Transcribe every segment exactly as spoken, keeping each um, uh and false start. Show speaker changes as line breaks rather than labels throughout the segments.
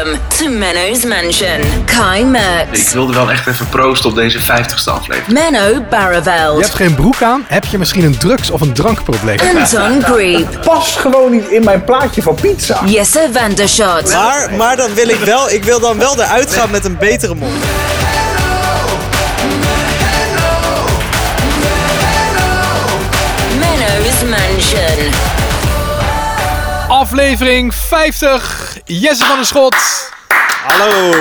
Welcome to Menno's Mansion. Kai Merks.
Ik wilde wel echt even proosten op deze vijftigste aflevering.
Menno Barreveld.
Je hebt geen broek aan? Heb je misschien een drugs- of een drankprobleem?
Anton Griep.
Past gewoon niet in mijn plaatje van pizza.
Jesse Vandershot.
Maar, maar dan wil ik wel, ik wil dan wel eruit gaan met een betere mond.
Menno's Mansion.
Aflevering vijftig. Jesse van der Schot.
Hallo.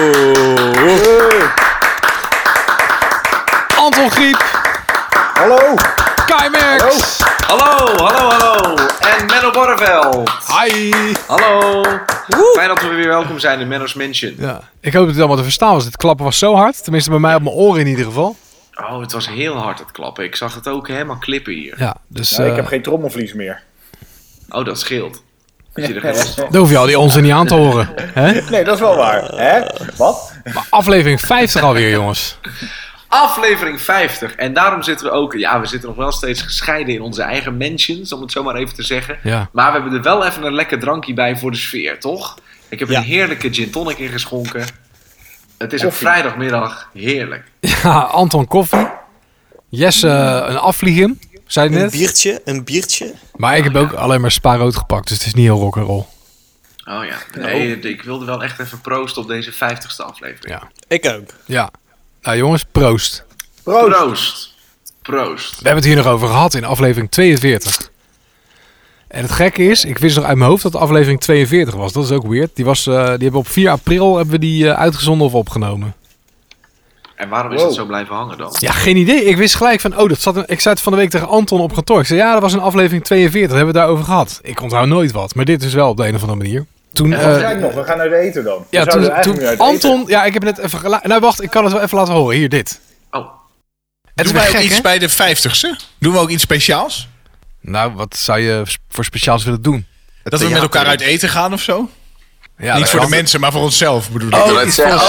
Anton Griep.
Hallo.
Kai Merks.
Hallo, hallo, hallo. En Menno Barreveld.
Hi.
Hallo. Fijn dat we weer welkom zijn in Menno's Mansion.
Ja, ik hoop dat het allemaal te verstaan was. Het klappen was zo hard. Tenminste bij mij op mijn oren in ieder geval.
Oh, het was heel hard het klappen. Ik zag het ook helemaal klippen hier.
Ja, dus...
Nou,
uh,
ik heb geen trommelvlies meer.
Oh, dat scheelt. Heb je er geen last van?
Dan hoef je al die onzin niet aan te horen. Hè?
Nee, dat is wel waar. Hè? Wat?
Maar aflevering vijftig alweer, jongens.
Aflevering vijftig. En daarom zitten we ook... Ja, we zitten nog wel steeds gescheiden in onze eigen mansions, om het zo maar even te zeggen.
Ja.
Maar we hebben er wel even een lekker drankje bij voor de sfeer, toch? Ik heb
Ja.
een heerlijke gin tonic ingeschonken. Het is
Koffie.
een vrijdagmiddag. Heerlijk.
Ja, Anton koffie. Jesse uh, een afvliegen, zei het
Een
net.
biertje, een biertje.
Maar ik heb ook alleen maar Spa rood gepakt, dus het is niet heel rock'n'roll.
Oh ja. Nee, ik wilde wel echt even proosten op deze vijftigste aflevering.
Ja.
Ik ook.
Ja. Nou jongens, proost.
Proost.
Proost. Proost.
We hebben het hier nog over gehad in aflevering tweeënveertig. En het gekke is, ik wist nog uit mijn hoofd dat de aflevering tweeënveertig was. Dat is ook weird. Die, was, uh, die hebben op vier april hebben we die uh, uitgezonden of opgenomen.
En waarom is
Wow.
het zo blijven hangen dan?
Ja, geen idee. Ik wist gelijk van, oh, dat zat een, ik zei het van de week tegen Anton op kantoor. Ik zei, ja, dat was een aflevering tweeënveertig. Dat hebben we het daarover gehad. Ik onthoud nooit wat. Maar dit is wel op de een of andere manier. Toen,
Wat
uh,
zei ik nog? We gaan uit eten dan.
ja,
We
toen,
zouden
toen
eigenlijk nu uit
Anton,
eten.
ja, ik heb het net even gelu- Nou, wacht, ik kan het wel even laten horen. Hier, dit.
Oh,
Het is
Doen wij
weer
ook
gek,
iets
hè?
bij de vijftigste? Doen we ook iets speciaals?
Nou, wat zou je voor speciaals willen doen?
Dat we met elkaar uit eten gaan of zo?
Ja,
Niet
dat
voor de
kan.
mensen, maar voor onszelf bedoel ik.
Oh, iets voor-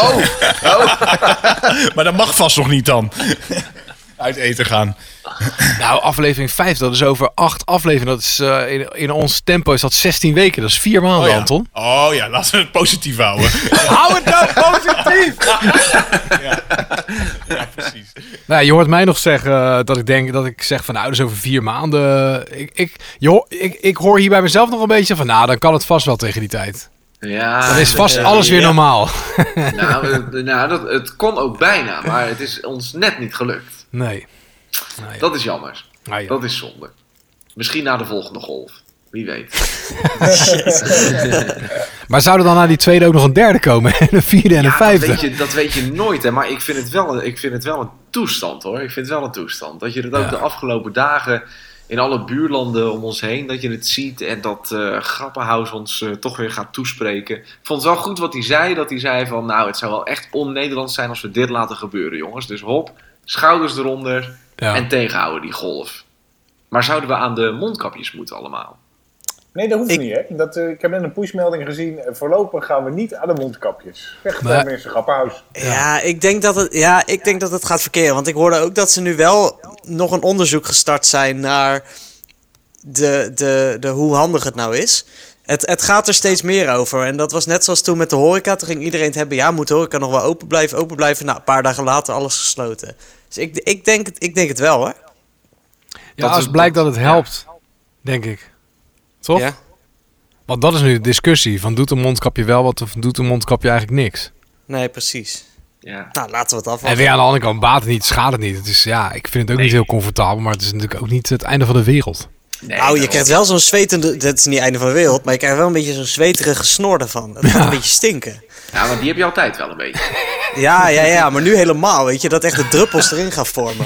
Maar dat mag vast nog niet dan. Uit eten gaan.
Nou, aflevering vijf, dat is over acht afleveringen. Dat is, uh, in, in ons tempo is dat zestien weken. Dat is vier maanden,
Oh ja.
Anton.
Oh ja, laten we het positief houden.
Hou het nou positief!
ja. ja, precies.
Nou, je hoort mij nog zeggen uh, dat ik denk dat ik zeg van nou, dat is over vier maanden. Ik, ik, je hoor, ik, ik hoor hier bij mezelf nog een beetje van nou, dan kan het vast wel tegen die tijd.
ja.
Dan is vast
ja,
alles weer
ja.
normaal.
Nou, eh, nou dat, het kon ook bijna, maar het is ons net niet gelukt.
Nee. nee.
Dat is jammer.
Ah, ja.
Dat is zonde. Misschien na de volgende golf. Wie weet.
Maar zou er dan na die tweede ook nog een derde komen? En een vierde en een
Ja, dat
vijfde?
weet, je, dat weet je nooit, hè. Maar ik vind, het wel, een- ik vind het wel een toestand, hoor. Ik vind het wel een toestand. Dat je het ook
Ja.
de afgelopen dagen in alle buurlanden om ons heen, dat je het ziet en dat uh, Grappenhaus ons uh, toch weer gaat toespreken. Ik vond het wel goed wat hij zei. Dat hij zei van, nou, het zou wel echt on-Nederlands zijn als we dit laten gebeuren, jongens. Dus hop, schouders eronder
Ja.
en tegenhouden die golf. Maar zouden we aan de mondkapjes moeten allemaal?
Nee, dat hoeft
Ik-
niet, hè. Dat, uh, ik heb net een pushmelding gezien. Uh, voorlopig gaan we niet aan de mondkapjes. Echt,
Maar-
uh, minister Grappenhaus.
Ja, ik denk dat het, ja, ik denk dat het gaat verkeren. Want ik hoorde ook dat ze nu wel nog een onderzoek gestart zijn naar de, de, de, hoe handig het nou is. Het, het gaat er steeds meer over. En dat was net zoals toen met de horeca. Toen ging iedereen het hebben, ja, moet de horeca nog wel open blijven, open blijven. Nou, een paar dagen later alles gesloten. Dus ik, ik, denk, het, ik denk het wel, hoor.
Ja,
Dat
als
is-
het blijkt dat het
ja.
helpt, denk ik. Toch?
Ja.
Want dat is nu de discussie. Van doet een mondkapje wel wat of doet een mondkapje eigenlijk niks?
Nee, precies.
Ja.
Nou, laten we het
En
afwachten.
weer aan de andere kant, baat het niet, schaadt het niet. Het is, ja, ik vind het ook niet heel comfortabel, maar het is natuurlijk ook niet het einde van de wereld.
Nee,
Nou, je
dat-
krijgt wel zo'n zwetende... Dat is niet het einde van de wereld, maar je krijgt wel een beetje zo'n zweterige snor ervan. Het gaat een beetje stinken.
Ja, maar die heb je altijd wel een beetje.
Ja, ja, ja, maar nu helemaal, weet je, dat echt de druppels erin gaan vormen.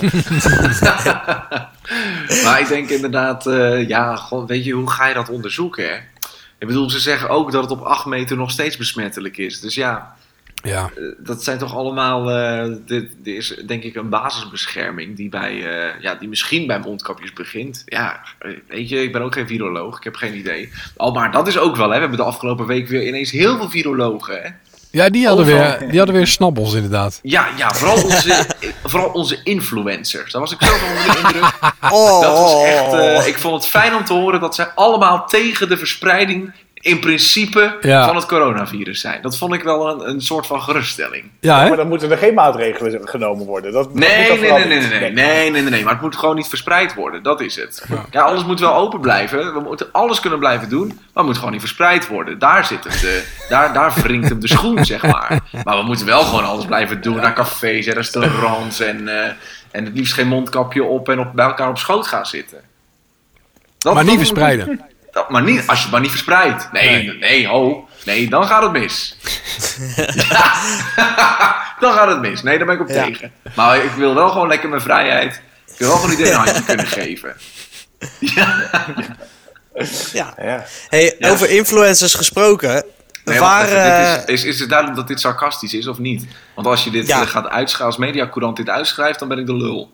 Maar ik denk inderdaad, uh, ja, gewoon, weet je, hoe ga je dat onderzoeken, hè? Ik bedoel, ze zeggen ook dat het op acht meter nog steeds besmettelijk is. Dus ja,
Ja,
uh, dat zijn toch allemaal, uh, dit, dit is denk ik een basisbescherming die, bij, uh, ja, die misschien bij mondkapjes begint. Ja, weet je, ik ben ook geen viroloog, ik heb geen idee. Al maar dat is ook wel, hè, we hebben de afgelopen week weer ineens heel veel virologen, hè?
ja die, hadden
Overal.
weer, die hadden weer snabbels inderdaad.
Ja, ja, vooral onze, vooral onze influencers. Daar was ik zo van onder de indruk.
Oh,
Dat was echt, uh, ik vond het fijn om te horen dat zij allemaal tegen de verspreiding in principe
Ja.
van het coronavirus zijn. Dat vond ik wel een, een soort van geruststelling.
Ja, hè?
Maar dan moeten er geen maatregelen genomen worden. Dat, dat moet
Nee,
dan
nee,
vooral
nee, nee,
niet.
nee, nee, nee, nee, nee, nee, maar het moet gewoon niet verspreid worden. Dat is het. Ja, alles moet wel open blijven. We moeten alles kunnen blijven doen, maar het moet gewoon niet verspreid worden. Daar zit hem de, daar, daar wringt hem de schoen, zeg maar. Maar we moeten wel gewoon alles blijven doen. Naar cafés en restaurants en, uh, en het liefst geen mondkapje op en op, bij elkaar op schoot gaan zitten. Dat,
Maar niet
dat-
verspreiden.
Dat, maar niet, als je het maar niet verspreidt. Nee, nee, nee, ho. Nee, dan gaat het mis. Ja. Dan gaat het mis. Nee, daar ben ik op
Ja.
tegen. Maar ik wil wel gewoon lekker mijn vrijheid. Ik wil wel gewoon iedereen een handje kunnen geven. Ja.
Ja.
Ja.
Hey,
Ja.
over influencers gesproken.
Nee,
waar,
wacht even,
eh,
dit is, is, is het duidelijk dat dit sarcastisch is of niet? Want als je dit
Ja.
eh, gaat uitschrijven, als Mediacourant dit uitschrijft, dan ben ik de lul.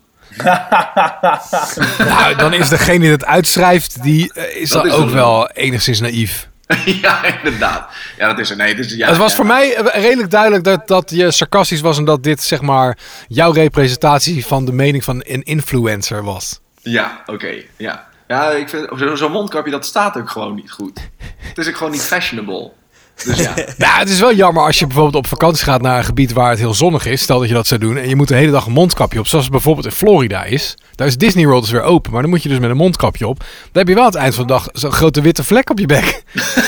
Nou, dan is degene die het uitschrijft, die eh, is
Dat
dan
is
ook
een-
wel enigszins naïef.
Ja, inderdaad. Ja, dat is er. Nee, dit is, ja,
het was
ja.
voor mij eh, redelijk duidelijk dat, dat je sarcastisch was en dat dit zeg maar jouw representatie van de mening van een influencer was.
Ja, oké. ja. Ja, ik vind zo- zo'n mondkapje, dat staat ook gewoon niet goed. Het is ook gewoon niet fashionable. Dus ja.
Nou, het is wel jammer als je bijvoorbeeld op vakantie gaat naar een gebied waar het heel zonnig is. Stel dat je dat zou doen en je moet de hele dag een mondkapje op. Zoals het bijvoorbeeld in Florida is. Daar is Disney World dus weer open. Maar dan moet je dus met een mondkapje op. Dan heb je wel aan het eind van de dag zo'n grote witte vlek op je bek.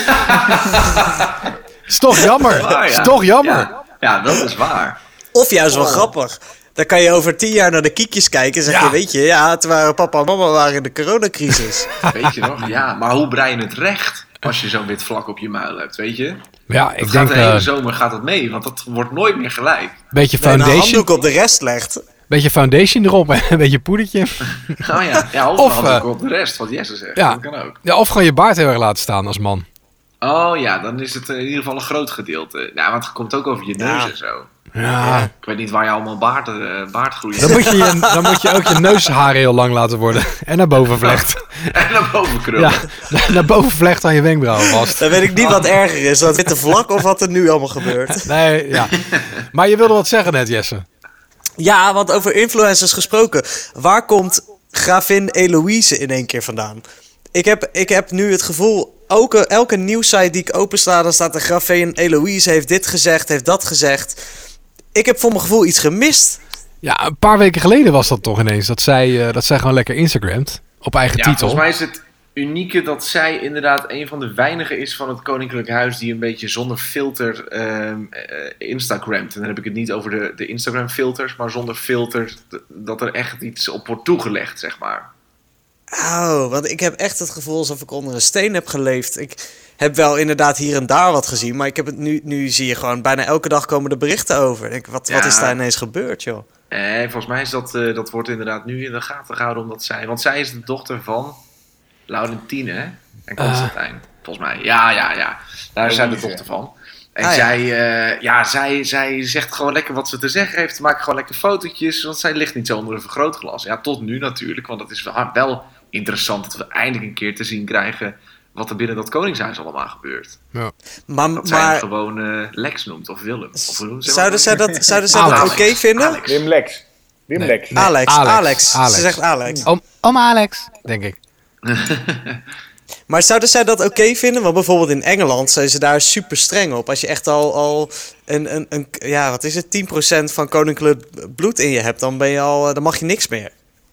Is toch jammer.
Waar,
Is
ja.
toch jammer.
Ja, ja, dat is waar.
Of juist wel grappig. Dan kan je over tien jaar naar de kiekjes kijken en zeg je,
Ja.
weet je, ja, het waren papa en mama waren in de coronacrisis.
Weet je nog? Ja, maar hoe brei je het recht als je zo'n wit vlak op je muil hebt, weet je?
Ja,
Dat
ik
gaat
denk
de
een
hele zomer gaat dat mee, want dat wordt nooit meer gelijk.
beetje
Nee, een
foundation.
handdoek op de rest legt.
Beetje foundation erop en een beetje poedertje.
Oh ja, ja of,
Of,
of
eh,
op de rest, wat Jesse zegt.
ja.
Dat kan ook.
Ja, of gewoon je baard heel erg laten staan als man.
Oh ja, dan is het in ieder geval een groot gedeelte. Ja, want het komt ook over je neus
Ja.
en zo.
Ja.
Ik weet niet waar je allemaal baard, uh, baard groeit.
Dan moet, je, je- dan moet je ook je neushaar heel lang laten worden. En naar boven vlecht.
En naar boven krullen.
Ja, naar boven vlecht aan je wenkbrauwen vast.
Dan weet ik niet wat erger is, dat witte vlak of wat er nu allemaal gebeurt.
Nee, ja. Maar je wilde wat zeggen net, Jesse.
Ja, want over influencers gesproken. Waar komt gravin Eloïse in één keer vandaan? Ik heb, ik heb nu het gevoel, elke, elke nieuwssite die ik opensla, dan staat de gravin Eloïse heeft dit gezegd, heeft dat gezegd. Ik heb voor mijn gevoel iets gemist.
Ja, een paar weken geleden was dat toch ineens. Dat zij, eh, dat zij gewoon lekker Instagramt. Op eigen
Ja,
titel.
volgens mij is het unieke dat zij inderdaad een van de weinigen is van het Koninklijk Huis die een beetje zonder filter ehm eh, Instagramt. En dan heb ik het niet over de, de Instagram filters, maar zonder filter d- dat er echt iets op wordt toegelegd, zeg maar.
Oh, want ik heb echt het gevoel alsof ik onder een steen heb geleefd. Ik heb wel inderdaad hier en daar wat gezien, maar ik heb het nu, nu zie je gewoon bijna elke dag komen de berichten over. Ik denk, wat, wat
Ja.
is daar ineens gebeurd, joh?
Eh, volgens mij is dat, eh, dat wordt inderdaad nu in de gaten gehouden omdat zij, want zij is de dochter van Laurentine hè? En Constantijn. Volgens mij, ja, ja, ja. Daar is zij de
Louise.
dochter van. En
Ah, ja.
zij, eh, ja, zij, zij zegt gewoon lekker wat ze te zeggen heeft. Maakt gewoon lekker fotootjes, want zij ligt niet zo onder een vergrootglas. Ja, tot nu natuurlijk, want het is wel, wel interessant dat we eindelijk een keer te zien krijgen wat er binnen dat Koningshuis allemaal gebeurt.
Maar,
Dat zij hem
maar
gewoon eh, Lex noemt, of Willem. Of hoe noemt ze hem
zouden
ook
zij
alweer?
dat, zouden zij dat
Alex.
oké vinden?
Alex.
Wim Lex. Wim
Nee.
Lex.
Nee.
Alex,
Alex.
Alex,
Alex.
Ze zegt Alex.
Om, om Alex, denk ik.
Maar zouden zij dat oké vinden? Want bijvoorbeeld in Engeland zijn ze daar super streng op. Als je echt al, al een, een, een, ja, wat is het, tien procent van koninklijk bloed in je hebt, dan ben je al, eh, dan mag je niks meer.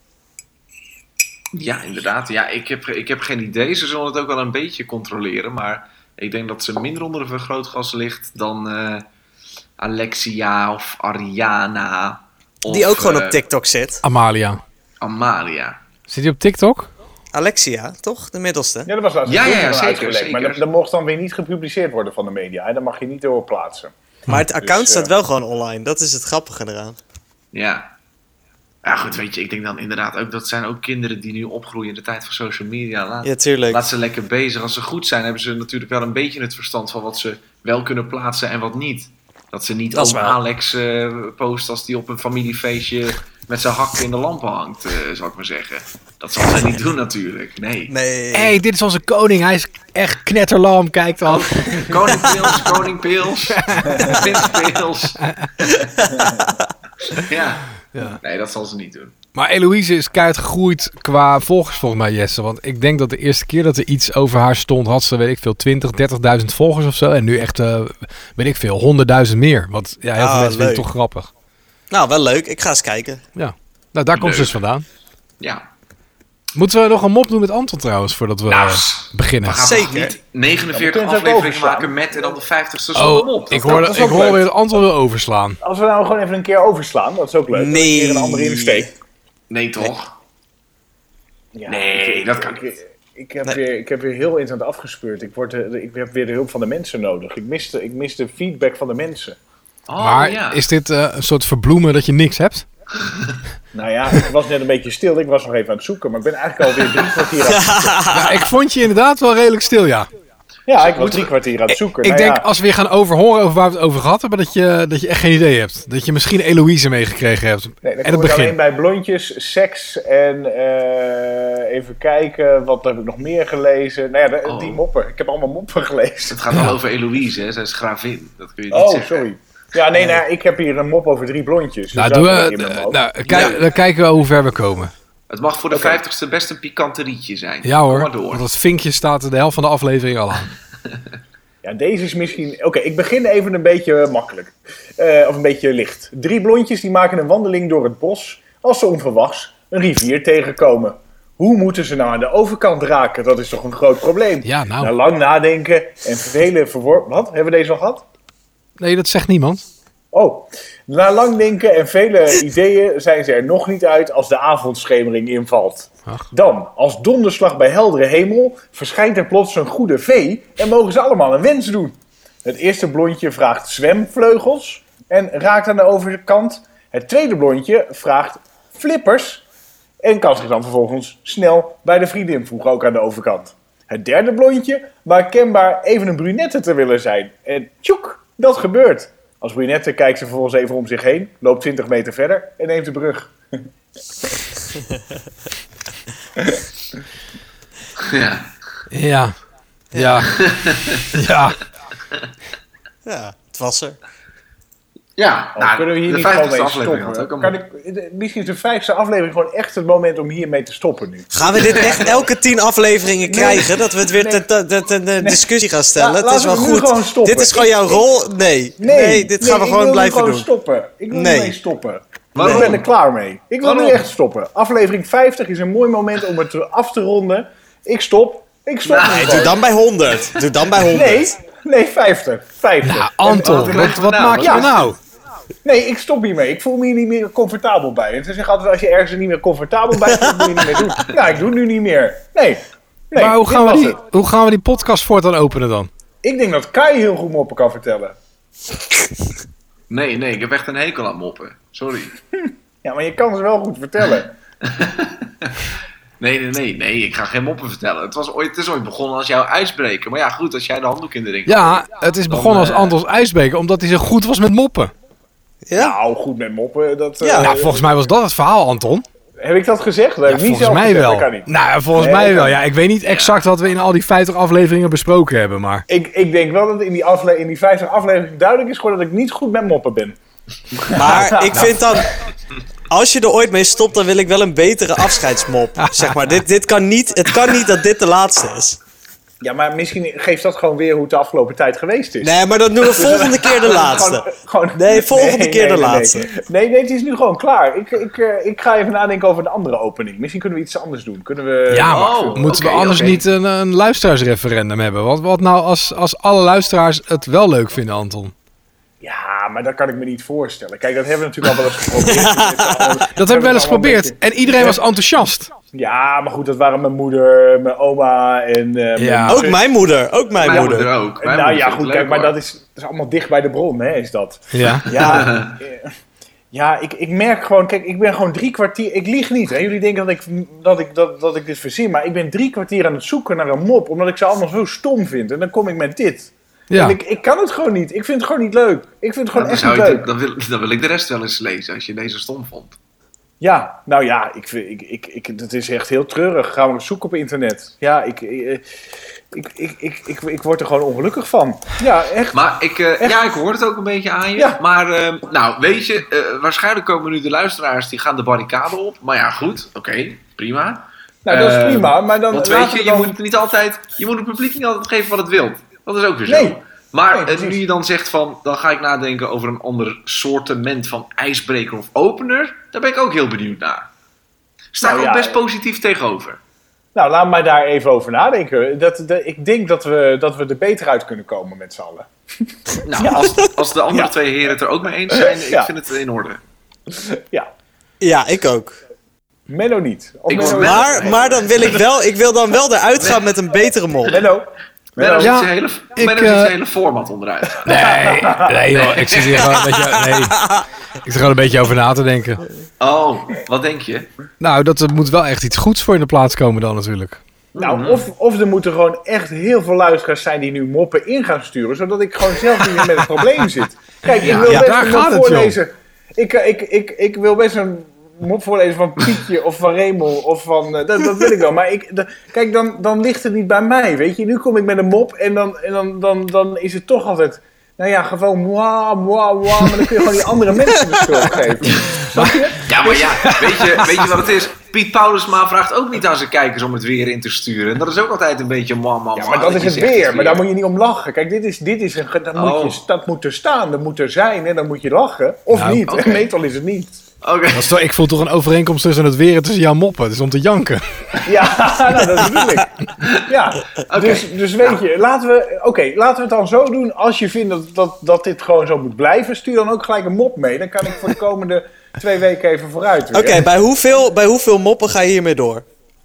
Ja, inderdaad. Ja, ik heb, ik heb geen idee. Ze zullen het ook wel een beetje controleren. Maar ik denk dat ze minder onder een vergrootglas ligt dan eh, Alexia of Ariana. Of,
Die ook gewoon
eh,
op TikTok zit.
Amalia.
Amalia. Zit hij op TikTok?
Alexia, toch? De middelste.
Ja, dat was laatst
Ja,
een
ja,
filmpje
ja,
van
zeker,
uitgelekt. Maar
zeker.
dat, dat mocht dan weer niet gepubliceerd worden van de media. Hè? Dat mag je niet doorplaatsen.
Maar het account
Dus,
staat
eh,
wel gewoon online. Dat is het grappige eraan.
Ja. Ja, goed, weet je, ik denk dan inderdaad ook, dat zijn ook kinderen die nu opgroeien in de tijd van social media. Laat,
Ja, tuurlijk.
laat ze lekker bezig. Als ze goed zijn, hebben ze natuurlijk wel een beetje het verstand van wat ze wel kunnen plaatsen en wat niet. Dat ze niet
Dat is
over
waar.
Alex eh post als die op een familiefeestje met zijn hakken in de lampen hangt, eh zal ik maar zeggen. Dat zal zij niet doen natuurlijk, nee.
Nee.
Hé, hey, dit is onze koning. Hij is echt knetterlam. Kijk dan.
Koning Pils, Koning Pils, Prins Pils. Ja,
Ja.
Nee, dat zal ze niet doen.
Maar Eloïse is keihard gegroeid qua volgers volgens mij, Jesse. Want ik denk dat de eerste keer dat er iets over haar stond, had ze, weet ik veel, twintig, dertigduizend volgers of zo. En nu echt, uh, weet ik veel, honderdduizend meer. Want ja, heel
Ah,
veel mensen vinden
leuk.
het toch grappig.
Nou, wel leuk. Ik ga eens kijken.
Ja. Nou, daar komt ze
Leuk.
dus vandaan.
Ja.
Moeten we nog een mop doen met Anton trouwens, voordat we
Nou,
uh, beginnen?
We gaan
Zeker.
toch niet
Ja, we
negenenveertig
kunnen het ook
afleveringen
overslaan.
maken met en dan de vijftigste zonder
Oh,
mop.
ik
Dat-
hoorde,
dat is
ik
ook
hoorde
leuk.
weer dat Anton wil overslaan.
Als we nou gewoon even een keer overslaan, dat is ook leuk.
Nee.
Een keer een andere insteek.
Nee, toch?
Ja,
Nee,
ik-
dat
ik-
kan
ik,
niet.
Ik heb,
Nee.
weer, ik heb weer heel instant afgespeurd. Ik, word, eh, ik heb weer de hulp van de mensen nodig. Ik mis de, ik mis de feedback van de mensen.
Oh,
maar
ja.
is dit uh, een soort verbloemen dat je niks hebt?
Nou ja, ik was net een beetje stil. Ik was nog even aan het zoeken. Maar ik ben eigenlijk alweer drie kwartier aan het zoeken.
Ja, ik vond je inderdaad wel redelijk stil, ja.
Ja, ik was drie kwartier aan het zoeken.
Ik
Nou
denk
ja,
als we weer gaan overhoren over waar we het over gehad hebben, dat je, dat je echt geen idee hebt. Dat je misschien Eloïse meegekregen hebt.
nee, dan
en
kom
het
ik alleen
begin.
bij blondjes, seks en eh, even kijken. Wat heb ik nog meer gelezen? Nou ja, de-
Oh.
die moppen. Ik heb allemaal moppen gelezen.
Het gaat wel over Eloïse, hè? Zij is gravin. Dat kun je niet
Oh,
zeggen.
sorry. Ja, nee, nou, ik heb hier een mop over drie blondjes.
Nou,
Dus
doe,
dat
uh,
heb ik in mijn hoofd.
nou kijk,
Ja.
dan kijken we hoe ver we komen.
Het mag voor de
Oké.
vijftigste best een pikanterietje zijn.
Ja
Kom
hoor,
maar door.
want dat vinkje staat er de helft van de aflevering al aan.
Ja, deze is misschien... Oké, ik begin even een beetje makkelijk. Eh, of een beetje licht. Drie blondjes die maken een wandeling door het bos als ze onverwachts een rivier tegenkomen. Hoe moeten ze nou aan de overkant raken? Dat is toch een groot probleem.
Ja, nou.
Na lang nadenken en vele verwor... Wat? Hebben we deze al gehad?
Nee, dat zegt niemand.
Oh. Na lang denken en vele ideeën zijn ze er nog niet uit als de avondschemering invalt.
Ach.
Dan, als donderslag bij heldere hemel, verschijnt er plots een goede vee en mogen ze allemaal een wens doen. Het eerste blondje vraagt zwemvleugels en raakt aan de overkant. Het tweede blondje vraagt flippers en kan zich dan vervolgens snel bij de vriendin voegen, ook aan de overkant. Het derde blondje maakt kenbaar even een brunette te willen zijn. En tjoek, dat gebeurt. Als brunette kijkt ze vervolgens even om zich heen, loopt twintig meter verder en neemt de brug.
Ja.
Ja. Ja. Ja.
Ja, het was er.
Ja,
Oh,
nou,
kunnen we hier
de
niet gewoon
vijftigste
mee
aflevering had ook
stoppen?
een
Kan ik, misschien is de vijftigste aflevering gewoon echt het moment om hiermee te stoppen nu.
Gaan we dit echt elke tien afleveringen krijgen? Dat we het weer ten, ten, ten, ten- ten discussie gaan stellen?
La-
het is wel
laten we nu
goed.
gewoon stoppen.
Dit is gewoon jouw rol? Nee. Nee, dit gaan we
ik
gewoon
wil
blijven
nu gewoon
doen.
stoppen. Ik wil
Nee.
ermee stoppen.
Waarom?
Ik ben er klaar mee. Ik wil nu
Waarom?
echt stoppen. Aflevering vijftig is een mooi moment om het af te ronden. Ik stop. Ik stop.
Nou,
nu
Nee,
gewoon.
doe dan bij honderd. Doe dan bij honderd.
Nee, nee, vijftig. vijftig.
Nou, Anton,
En-
wat, wat
Nou,
maak je
ja.
er nou?
Nee, ik stop hiermee. Ik voel me hier niet meer comfortabel bij. En ze zeggen altijd, als je ergens er niet meer comfortabel bij bent, moet je niet meer doen. Nou, ik doe het nu niet meer. Nee. nee
maar hoe
dit
gaan, we
was
die,
het.
hoe gaan we die podcast voortaan openen dan?
Ik denk dat Kai heel goed moppen kan vertellen.
Nee, nee, ik heb echt een hekel aan moppen. Sorry.
Ja, maar je kan ze wel goed vertellen.
Nee, nee, nee, nee, ik ga geen moppen vertellen. Het, was ooit, het is ooit begonnen als jouw ijsbreker. Maar ja, goed, als jij de handdoek in de ring
Ja, het is begonnen als
eh,
Antons ijsbeker, omdat hij zo goed was met moppen.
Ja?
Nou, goed met moppen. Dat, eh,
Ja,
Nou, volgens mij was dat het verhaal, Anton.
Heb ik dat gezegd? Dat heb
Ja,
ik niet
volgens
zelf
mij
gezegd.
wel.
Dat kan niet.
Nou, volgens
Nee,
mij
dat
wel.
kan
Ja, ik weet niet exact wat we in al die vijftig afleveringen besproken hebben, maar...
Ik, ik denk wel dat in die, afle in die vijftig afleveringen duidelijk is geworden dat ik niet goed met moppen ben.
Maar ik vind dan... Als je er ooit mee stopt, dan wil ik wel een betere afscheidsmop. Zeg maar, dit, dit kan niet, het kan niet dat dit de laatste is.
Ja, maar misschien geeft dat gewoon weer hoe het de afgelopen tijd geweest is.
Nee, maar dan doen we volgende keer de laatste.
Gewoon- gewoon-
Nee, volgende keer de
nee,
laatste.
Nee. Nee, nee, het is nu gewoon klaar. Ik, ik, eh, ik ga even nadenken over een andere opening. Misschien kunnen we iets anders doen. Kunnen we...
Ja, maar
Oh,
moeten
oké,
we anders
oké.
niet een, een luisteraarsreferendum hebben? Wat, wat nou als, als alle luisteraars het wel leuk vinden, Anton?
Ja, maar dat kan ik me niet voorstellen. Kijk, dat hebben we natuurlijk al wel eens geprobeerd.
Dat hebben we wel eens geprobeerd. En iedereen was enthousiast.
Ja, maar goed, dat waren mijn moeder, mijn oma en... eh, mijn
Ja.
Ook
zus.
mijn moeder, ook mijn,
Mijn
moeder.
moeder ook. Mijn
Nou
moeder
ja,
vindt
goed,
het
kijk,
leuk,
maar
hoor.
dat is, dat is allemaal dicht bij de bron, hè, is dat.
Ja.
Ja, eh, ja ik, ik merk gewoon, kijk, ik ben gewoon drie kwartier... Ik lieg niet, hè. Jullie denken dat ik, dat, ik, dat, dat ik dit verzin, maar ik ben drie kwartier aan het zoeken naar een mop, omdat ik ze allemaal zo stom vind. En dan kom ik met dit.
Ja.
En ik, ik kan het gewoon niet. Ik vind het gewoon niet leuk. Ik vind het gewoon
Dan,
echt
zou
niet
je-
leuk.
dan, wil, dan wil ik de rest wel eens lezen als je deze stom vond.
Ja, nou ja, ik, ik, ik, ik, het is echt heel treurig. Gaan we eens zoeken op internet. Ja, ik, ik, ik, ik, ik, ik, ik word er gewoon ongelukkig van. Ja, echt.
Maar ik, uh, ja, ik hoor het ook een beetje aan je.
Ja.
Maar uh, nou, weet je, uh, waarschijnlijk komen nu de luisteraars die gaan de barricade op. Maar ja, goed, oké, okay, prima.
Nou, dat is
Uh,
prima, maar dan...
Want weet je, je
dan...
moet niet altijd, je moet het publiek niet altijd geven wat het wil. Dat is ook weer zo.
Nee.
Maar
Nee,
uh, nu je dan zegt van, dan ga ik nadenken over een ander soortement van ijsbreker of opener. Daar ben ik ook heel benieuwd naar. Sta ik
Nou,
ook
ja,
best positief tegenover.
Nou, laat mij daar even over nadenken. Dat, dat, ik denk dat we, dat we er beter uit kunnen komen met z'n allen.
Nou,
Ja.
als, als de andere
Ja.
twee heren het er ook mee eens zijn, ik
Ja.
vind het in orde.
Ja,
Ja, ik ook.
Menno niet. Of
Ik
Menno
word
wel?
Maar, maar dan wil ik wel, ik wil dan wel eruit gaan met een betere mop.
Menno.
Menno
Menno.
ziet
Ja,
zijn hele,
ik,
Menno ziet
uh,
zijn hele format onderuit gaan.
Nee, nee joh, ik zit hier gewoon een beetje... Nee, ik zit er gewoon een beetje over na te denken.
Oh, wat denk je?
Nou, dat er moet wel echt iets goeds voor in de plaats komen dan natuurlijk.
Nou, of, of er moeten gewoon echt heel veel luisteraars zijn die nu moppen in gaan sturen, zodat ik gewoon zelf niet meer met het probleem zit. Kijk, ik
Ja,
wil
ja,
best
daar
een
gaat
mop
het,
voorlezen. Ik, eh, ik, ik, ik wil best een mop voorlezen van Pietje of van Remel of van... uh, dat, dat wil ik wel, maar ik, de, kijk, dan, dan ligt het niet bij mij, weet je. Nu kom ik met een mop en dan, en dan, dan, dan is het toch altijd... Nou ja, gewoon moi, moi, moi, maar dan kun je gewoon die andere mensen de schuld geven. Snap je?
Ja, maar ja, weet je, weet je wat het is? Piet Paulusma vraagt ook niet aan zijn kijkers om het weer in te sturen. En dat is ook altijd een beetje man, man,
Ja, maar dat is het weer. Maar daar moet je niet om lachen. Kijk, dit is, dit is een, ge- dat, moet
Oh.
je, dat moet er staan, dat moet er zijn en dan moet je lachen. Of
Nou,
niet.
oké.
En meestal is het niet.
Oké.
Dat is toch, ik voel toch een overeenkomst tussen het weer en tussen jouw moppen. Het is om te janken.
Ja, nou, dat bedoel ik. Ja,
Oké.
dus, dus weet je, laten we, oké, laten we het dan zo doen. Als je vindt dat, dat, dat dit gewoon zo moet blijven, stuur dan ook gelijk een mop mee. Dan kan ik voor de komende twee weken even vooruit.
Oké,
weer.
bij, hoeveel, bij hoeveel moppen ga je hiermee door?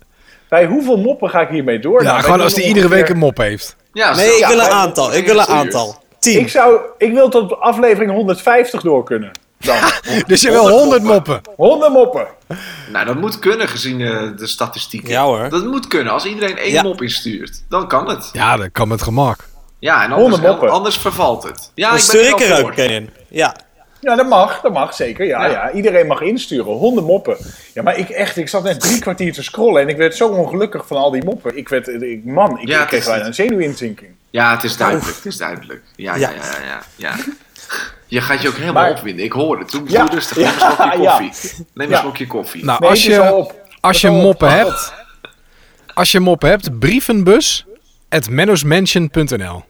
Bij hoeveel moppen ga ik hiermee door?
Ja,
Nou,
gewoon
wij
als die
doen
iedere week
ongeveer-
een mop heeft.
Ja,
Nee,
stel-
ik wil een
bij-
aantal. Ik wil een aantal. Tien.
Ik, zou, ik wil tot aflevering honderdvijftig door kunnen. Dan.
Dus je wil honderd moppen.
honderd moppen.
Nou, dat moet kunnen gezien uh, de statistieken.
Ja, hoor.
Dat moet kunnen. Als iedereen één
Ja.
mop instuurt, dan kan het.
Ja, dat kan met gemak.
Ja, en
honderd
anders,
moppen.
anders vervalt het. Ja,
Dan
ik ben
stuur
er
ik
wel
er
voor.
ook in. Ja.
Ja, dat mag, dat mag zeker. Ja,
Ja.
ja. Iedereen mag insturen. Honderd moppen. Ja, maar ik echt, ik zat net drie kwartier te scrollen en ik werd zo ongelukkig van al die moppen. Ik werd, ik, man, ik,
Ja,
ik
het
kreeg
is-
bijna een zenuwinzinking.
Ja, het is duidelijk. Het is duidelijk. Ja, ja,
Ja.
ja, ja. ja, ja. Je gaat je ook helemaal
Maar-
opwinden. Ik hoor het. Doe,
Ja.
doe rustig. Neem een slokje
Ja.
koffie. Neem een
Ja.
slokje koffie.
Nou,
Nee,
als
het is al
je,
op.
als je
Het is al op.
moppen hebt, als je moppen hebt, brievenbus at mennosmansion punt n l.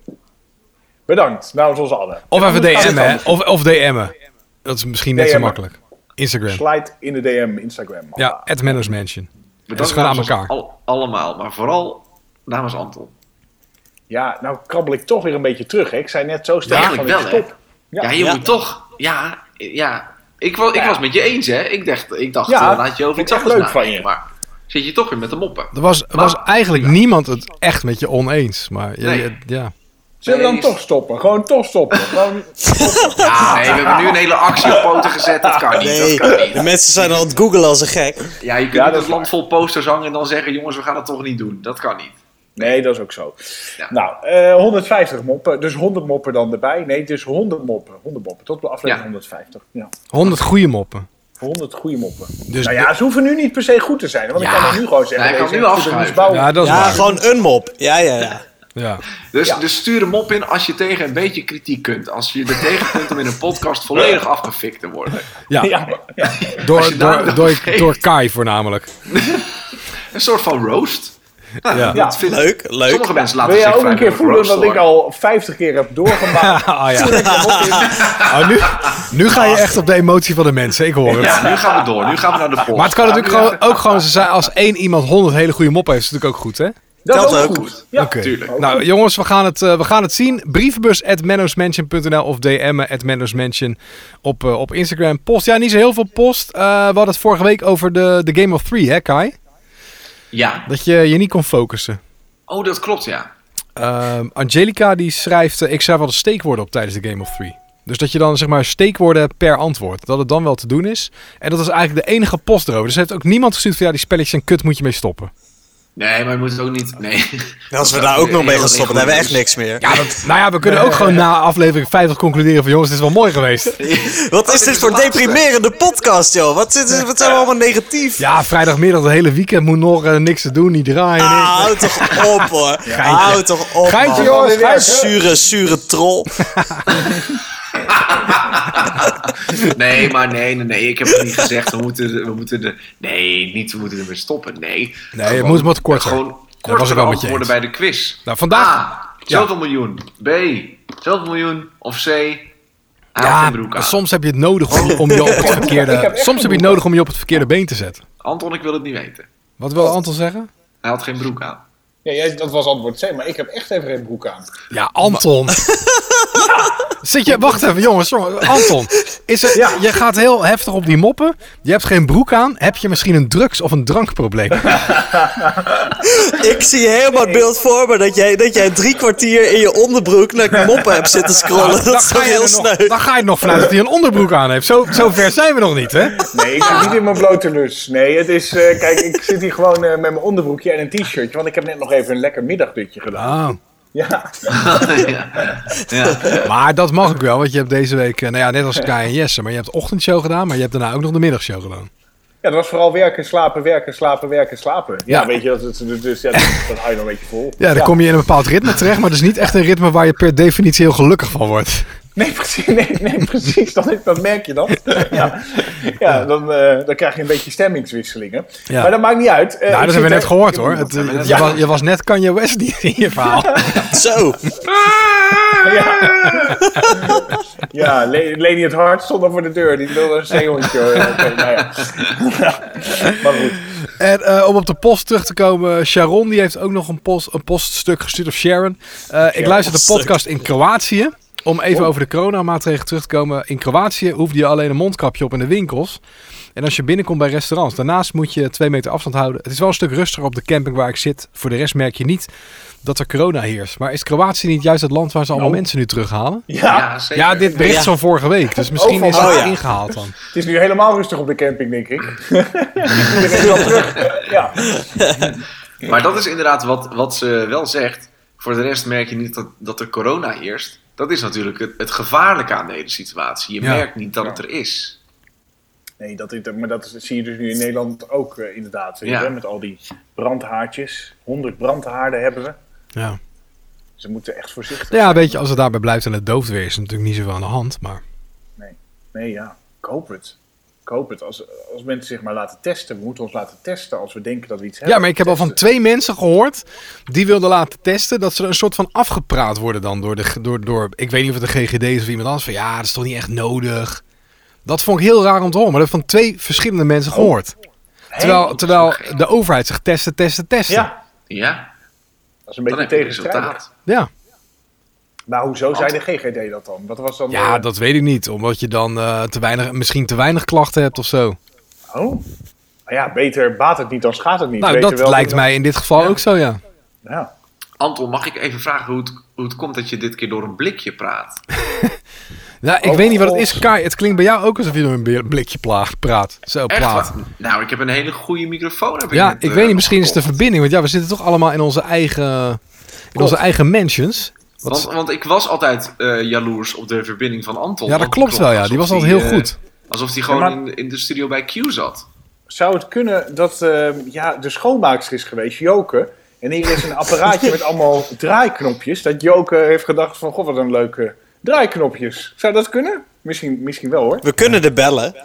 Bedankt, namens ons allen.
Of even
Anders gaat het
D M'en, hè?
anders.
Of, of D M'en. Dat is misschien net zo
D M'en.
makkelijk. Instagram.
Slide in de D M, Instagram.
Ja, at mennosmansion. Dat is
Bedankt
gewoon aan
namens
elkaar.
Al, allemaal, maar vooral namens Anton.
Ja, nou krabbel ik toch weer een beetje terug. Hè. Ik zei net zo sterk
Eigenlijk
van
wel,
ik
hè?
stop.
Ja,
Ja.
je
Ja.
moet toch... Ja, ja. Ik, wa- ik
Ja.
was met je eens, hè. Ik dacht, ik dacht
Ja,
uh, laat je over
vind
iets
ik echt
anders
leuk van
nadenken.
je.
Maar zit je toch weer met de moppen.
Er was, er was eigenlijk niemand het echt met je oneens. Maar ja,
Nee.
ja, ja.
Zullen we dan
Nee,
toch stoppen? Gewoon toch stoppen. Gewoon...
Ja, nee, we hebben nu een hele actie op poten gezet. Dat kan niet,
Nee,
dat kan niet.
de mensen zijn al aan het googlen als een gek.
Ja, je kunt
Ja,
niet
dat
het
is
land vol posters hangen en dan zeggen... jongens, we gaan het toch niet doen. Dat kan niet.
Nee, dat is ook zo.
Ja.
Nou, eh, honderdvijftig moppen. Dus honderd moppen dan erbij. Nee, dus honderd moppen. honderd moppen. Tot de aflevering
Ja.
honderdvijftig. Ja.
honderd goede moppen.
honderd goede moppen.
Dus
nou ja, ze hoeven nu niet per se goed te zijn. Want
Ja.
ik kan er nu gewoon zeggen...
Nee, ik kan
deze
nu
heeft goede
afschuiven.
nieuwsbouw.
ja, dat is
Ja,
waar.
gewoon een mop. Ja, ja, ja.
Ja.
Dus,
Ja.
dus stuur hem op in als je tegen een beetje kritiek kunt. Als je er tegen kunt om in een podcast volledig afgefikt te worden.
Ja.
Ja, ja.
Als
Door,
je daar
door,
dan
door,
geeft.
door Kai voornamelijk.
Een soort van roast. Nou,
Ja.
dat vind-
Leuk, leuk.
Sommige mensen laten
Wil jij
zich
ook een
vrij
keer
voor
voelen
roast
dat ik
hoor.
al vijftig keer heb doorgemaakt?
Ah, ja.
Toen ik hem op in-
Oh, nu, nu ga je echt op de emotie van de mensen. Ik hoor het.
Ja, nu gaan we door. Nu gaan we naar de poll.
Maar het kan
Ja,
natuurlijk
nu
gewoon,
even-
ook gewoon zo zijn als één iemand honderd hele goede moppen heeft. Is natuurlijk ook goed, hè?
Dat is
Telt
ook
ook.
goed. Ja.
Oké.
tuurlijk.
Nou jongens, we gaan het, uh, we gaan het zien. Brievenbus at mennosmansion punt n l of D M'en at mennosmansion op, uh, op Instagram. Post, ja niet zo heel veel post. Uh, we hadden het vorige week over de, de Game of Three, hè Kai?
Ja.
Dat je je niet kon focussen.
Oh, dat klopt, ja.
Uh, Angelica die schrijft, uh, ik schrijf wel de steekwoorden op tijdens de Game of Three. Dus dat je dan zeg maar steekwoorden per antwoord. Dat het dan wel te doen is. En dat is eigenlijk de enige post erover. Dus er heeft ook niemand gestuurd van ja die spelletjes zijn kut, moet je mee stoppen.
Nee, maar je moet het ook niet... Nee.
Als we daar ook nog mee gaan stoppen, dan hebben we echt niks meer.
Ja, dat, nou ja, we kunnen ook gewoon na aflevering vijftig concluderen van... jongens, het is wel mooi geweest.
Wat is dit voor deprimerende podcast, joh? Wat, is, wat zijn we allemaal negatief?
Ja, vrijdagmiddag, het hele weekend moet nog uh, niks te doen, niet draaien.
Ah, houd toch op, hoor. Houd toch op,
Geintje,
man.
jongens, geintje.
Zure, zure troll.
Nee, maar nee, nee, nee. Ik heb het niet gezegd. We moeten, de, we moeten de... Nee, niet we moeten ermee stoppen. Nee.
Nee, het moet wat korter.
Gewoon
was ik
kortere
wel met je
antwoorden
eens.
bij de quiz.
Nou, vandaag...
A. Zoveel miljoen. B. Zoveel miljoen. Of C. Haal
Ja,
geen broek aan.
soms heb je het nodig om, om je op het
Ik heb
verkeerde...
echt
Soms heb je het nodig om je op het verkeerde been te zetten.
Anton, ik wil het niet weten.
Wat wil Anton zeggen?
Hij had geen broek aan.
Ja, jij, dat was antwoord C, maar ik heb echt even geen broek aan.
Ja, Anton. Zit je... Wacht even, jongens. jongens. Anton. Is er,
Ja.
Je gaat heel heftig op die moppen. Je hebt geen broek aan. Heb je misschien een drugs- of een drankprobleem?
Ik zie helemaal het beeld voor me dat jij, dat jij drie kwartier in je onderbroek naar moppen hebt zitten scrollen. Dat is toch
je
heel
er nog,
sneu.
dan ga je er nog vanuit dat hij een onderbroek aan heeft. Zo, zo ver zijn we nog niet, hè?
Nee, ik zit niet in mijn blote lus. Nee, het is... eh, kijk, ik zit hier gewoon eh, met mijn onderbroekje en een t-shirtje. Want ik heb net nog even een lekker middagdutje gedaan.
Oh.
Ja.
ja. Ja.
Maar dat mag ik wel, want je hebt deze week, eh, nou ja, net als Kai en Jesse, maar je hebt de ochtendshow gedaan, maar je hebt daarna ook nog de middagshow gedaan.
Ja, dat was vooral werken, slapen, werken, slapen, werken, slapen. Ja,
Ja.
weet je, dat, het, dus ja, dat, dat hou je nog een beetje vol.
Ja, dan kom je in een bepaald ritme terecht, maar dat is niet echt een ritme waar je per definitie heel gelukkig van wordt.
Nee, precies, nee, nee, precies dat, is- dat merk je dan. Ja, ja dan, eh, dan krijg je een beetje stemmingswisselingen.
Ja.
Maar dat maakt niet uit. Eh,
Nou,
ik
dat
zit
hebben we net
er-
gehoord
ik-
hoor. Het,
hebben we net
je, was,
gehoord.
je was net Kanye West niet in je verhaal.
Zo.
Ja, ja Le- Lady het Hart stond al voor de deur. Die wilde een zeehondje. eh, Oké, nou ja. Maar goed.
En eh, om op de post terug te komen, Sharon die heeft ook nog een, post, een poststuk gestuurd, of Sharon. Eh, ik luister de podcast in Kroatië. Om even over de coronamaatregelen terug te komen. In Kroatië hoefde je alleen een mondkapje op in de winkels. En als je binnenkomt bij restaurants. Daarnaast moet je twee meter afstand houden. Het is wel een stuk rustiger op de camping waar ik zit. Voor de rest merk je niet dat er corona heerst. Maar is Kroatië niet juist het land waar ze allemaal
Nou.
mensen nu terughalen?
Ja,
Ja, zeker.
Ja, dit bericht is van vorige week. Dus misschien is het
Oh, ja.
ingehaald dan.
het is nu helemaal rustig op de camping, denk ik. Iedereen is wel terug. Ja.
Maar dat is inderdaad wat, wat ze wel zegt. Voor de rest merk je niet dat, dat er corona heerst. Dat is natuurlijk het, het gevaarlijke aan de hele situatie. Je
Ja.
merkt niet dat het er is.
Nee, dat, is- maar dat is- zie je dus nu in Nederland ook eh, inderdaad. Weet je,
Ja.
hè, met al die brandhaartjes. honderd brandhaarden hebben we.
Ja.
Ze moeten echt voorzichtig
Ja,
zijn.
weet je, als het daarbij blijft en het dooft weer, is er natuurlijk niet zoveel aan de hand. Maar
Nee, ja. Ik hoop het. Ik hoop het. Als, als mensen zich maar laten testen. We moeten ons laten testen als we denken dat we iets hebben.
ja, maar ik heb al van
Testen.
twee mensen gehoord die wilden laten testen dat ze er een soort van afgepraat worden dan door de, door, door ik weet niet of het de G G D is of iemand anders, van ja, dat is toch niet echt nodig. Dat vond ik heel raar om te horen, maar dat heb ik van twee verschillende mensen gehoord. Terwijl, terwijl de overheid zegt testen, testen, testen.
Ja,
Ja,
dat is een
dan
beetje
heb je
tegenstrijdig.
resultaat.
Ja.
Maar hoezo zei de G G D dat dan? Wat was dan
Ja,
de-
dat weet ik niet. Omdat je dan eh, te weinig, misschien te weinig klachten hebt of zo.
Oh. Maar ja, beter baat het niet dan schaadt het niet.
Nou,
Weten
dat
wel
lijkt mij in dit geval ook zo, ja.
Ja.
Anton, mag ik even vragen hoe het, hoe het komt dat je dit keer door een blikje praat?
Nou, ik
Oh,
weet niet wat het
God.
is, Kai. Het klinkt bij jou ook alsof je door een be- blikje pla- praat. Zo,
Echt?
praat.
waar? Nou, ik heb een hele goede microfoon. Heb
Ja,
net,
ik
eh,
weet niet, misschien is het de
gekocht.
verbinding. Want ja, we zitten toch allemaal in onze eigen, in onze eigen mansions. Wat
Want, want ik was altijd eh, jaloers op de verbinding van Anton.
Ja, dat
Want
klopt
het
wel,
klonk
ja. Die was
alsof
altijd heel
eh,
goed.
Alsof hij gewoon
Ja, maar-
in, in de studio bij Q zat.
Zou het kunnen dat eh, ja, de schoonmaakster is geweest, Joke. En hier is een apparaatje met allemaal draaiknopjes. Dat Joke heeft gedacht van, god wat een leuke draaiknopjes. Zou dat kunnen? Misschien, misschien wel hoor.
We kunnen er bellen.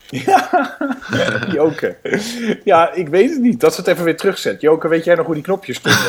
Joke. Ja, ik weet het niet. Dat ze het even weer terugzet. Joke, weet jij nog hoe die knopjes stonden?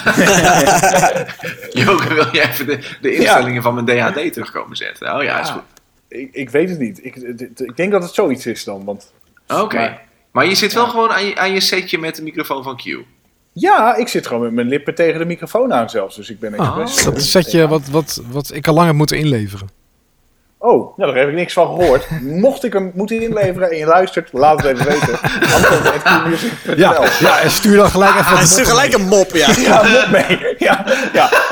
Joke, wil je even de, de instellingen van mijn D H D terugkomen zetten? Oh ja, is goed.
ik, ik weet het niet. Ik, ik denk dat het zoiets is dan. Want
Oké.
Maar-
Maar je zit wel gewoon aan je, aan je setje met de microfoon van Q.
ja, ik zit gewoon met mijn lippen tegen de microfoon aan zelfs. Dus ik ben
Oh.
expres.
Dat zet je wat, wat, wat ik al lang heb moeten inleveren.
Oh, nou, daar heb ik niks van gehoord. Mocht ik hem moeten inleveren en je luistert, laat het even weten. Antwoord at qmusic punt n l.
Ja, ja, en stuur dan gelijk even
Ah,
wat
het is
moppen
gelijk
mee.
een mop, ja.
Ja, mop mee. Ja, ja.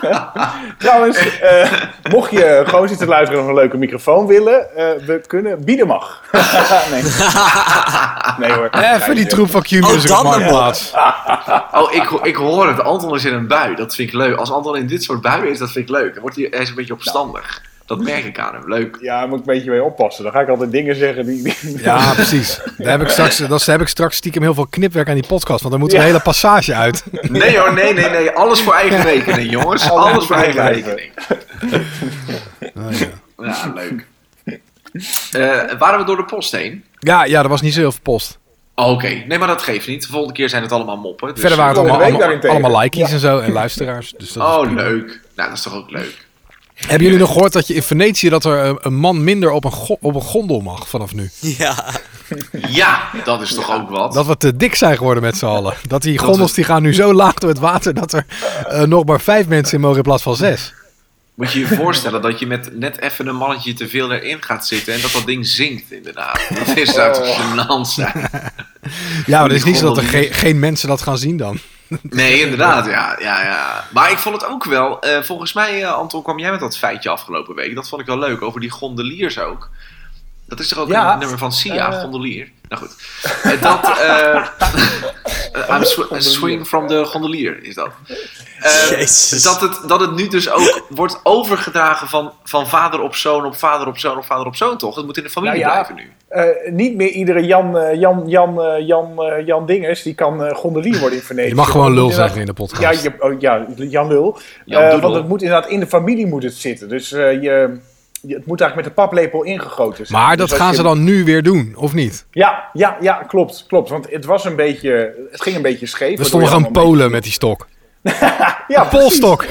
Trouwens, uh, mocht je gewoon zitten luisteren en nog een leuke microfoon willen, uh, we kunnen bieden mag. nee. nee hoor.
Even die troep van Q-Music
Oh,
op
dan een
Marktplaats.
Oh, ik, ik hoor het. Anton is in een bui. Dat vind ik leuk. Als Anton in dit soort buien is, dat vind ik leuk. Dan wordt hij, hij is een beetje opstandig. Dat merk ik aan hem. Leuk.
Ja, daar moet ik een beetje mee oppassen. Dan ga ik altijd dingen zeggen die... die...
Ja, precies. Daar heb, ik straks, dat, daar heb ik straks stiekem heel veel knipwerk aan die podcast. Want dan moet er
Ja.
een hele passage uit.
Nee hoor, nee, nee, nee. Alles voor eigen rekening, jongens.
Alles
Alles voor eigen
blijven.
rekening.
Oh, ja.
Ja, leuk. Uh, waren we door de post heen?
Ja, ja, er was niet zo heel veel post.
Oh, Oké, okay. Nee, maar dat geeft niet. De volgende keer zijn het allemaal moppen. Dus
Verder waren het
volgende
allemaal,
week
allemaal,
daarentegen.
allemaal likeys
Ja.
en zo en luisteraars. Dus dat is
Oh,
prima.
leuk. Nou, dat is toch ook leuk.
Hebben jullie nog gehoord dat je in Venetië dat er een, een man minder op een, go- op een gondel mag vanaf nu?
Ja.
Ja, dat is toch ook wat.
Dat we te dik zijn geworden met z'n allen. Dat die
Dat
gondels
we-
die gaan nu zo laag door het water dat er uh, nog maar vijf mensen in mogen in plaats van zes.
Moet je je voorstellen dat je met net even een mannetje te veel erin gaat zitten en dat dat ding zinkt inderdaad. Dat is nou toch gênant zijn.
Ja, maar het is niet zo dat er
gondel die-
geen, geen mensen dat gaan zien dan.
Nee, inderdaad, ja, ja, ja. Maar ik vond het ook wel, eh, volgens mij, uh, Anton, kwam jij met dat feitje afgelopen week. Dat vond ik wel leuk, over die gondeliers ook. Dat is toch ook
Ja.
een nummer van Sia,
Uh.
gondelier? Nou goed. Uh, dat, uh, I'm sw- swing from the gondelier, is dat. Uh,
Jezus.
dat, het, dat het nu dus ook wordt overgedragen van, van vader op zoon op vader op zoon op vader op zoon, toch? Het moet in de familie
Nou ja.
blijven nu.
Uh, niet meer iedere Jan, uh, Jan, Jan, uh, Jan, uh, Jan Dinges, die kan uh, gondelier worden in Venetië.
Je mag gewoon
Want
lul
het moet
zeggen in de podcast.
Ja, je, oh, ja, Jan Lul.
Jan
Uh,
Doedel.
want het moet inderdaad in de familie moet het zitten. Dus uh, je, je, het moet eigenlijk met de paplepel ingegoten zijn.
Maar
Dus
dat
als
gaan
je-
ze dan nu weer doen, of niet?
Ja, ja, ja, klopt, klopt. Want het was een beetje, het ging een beetje scheef.
Er
waardoor
stonden
je
gewoon
allemaal
Polen met die stok.
mee- Ja, precies.
Polstok.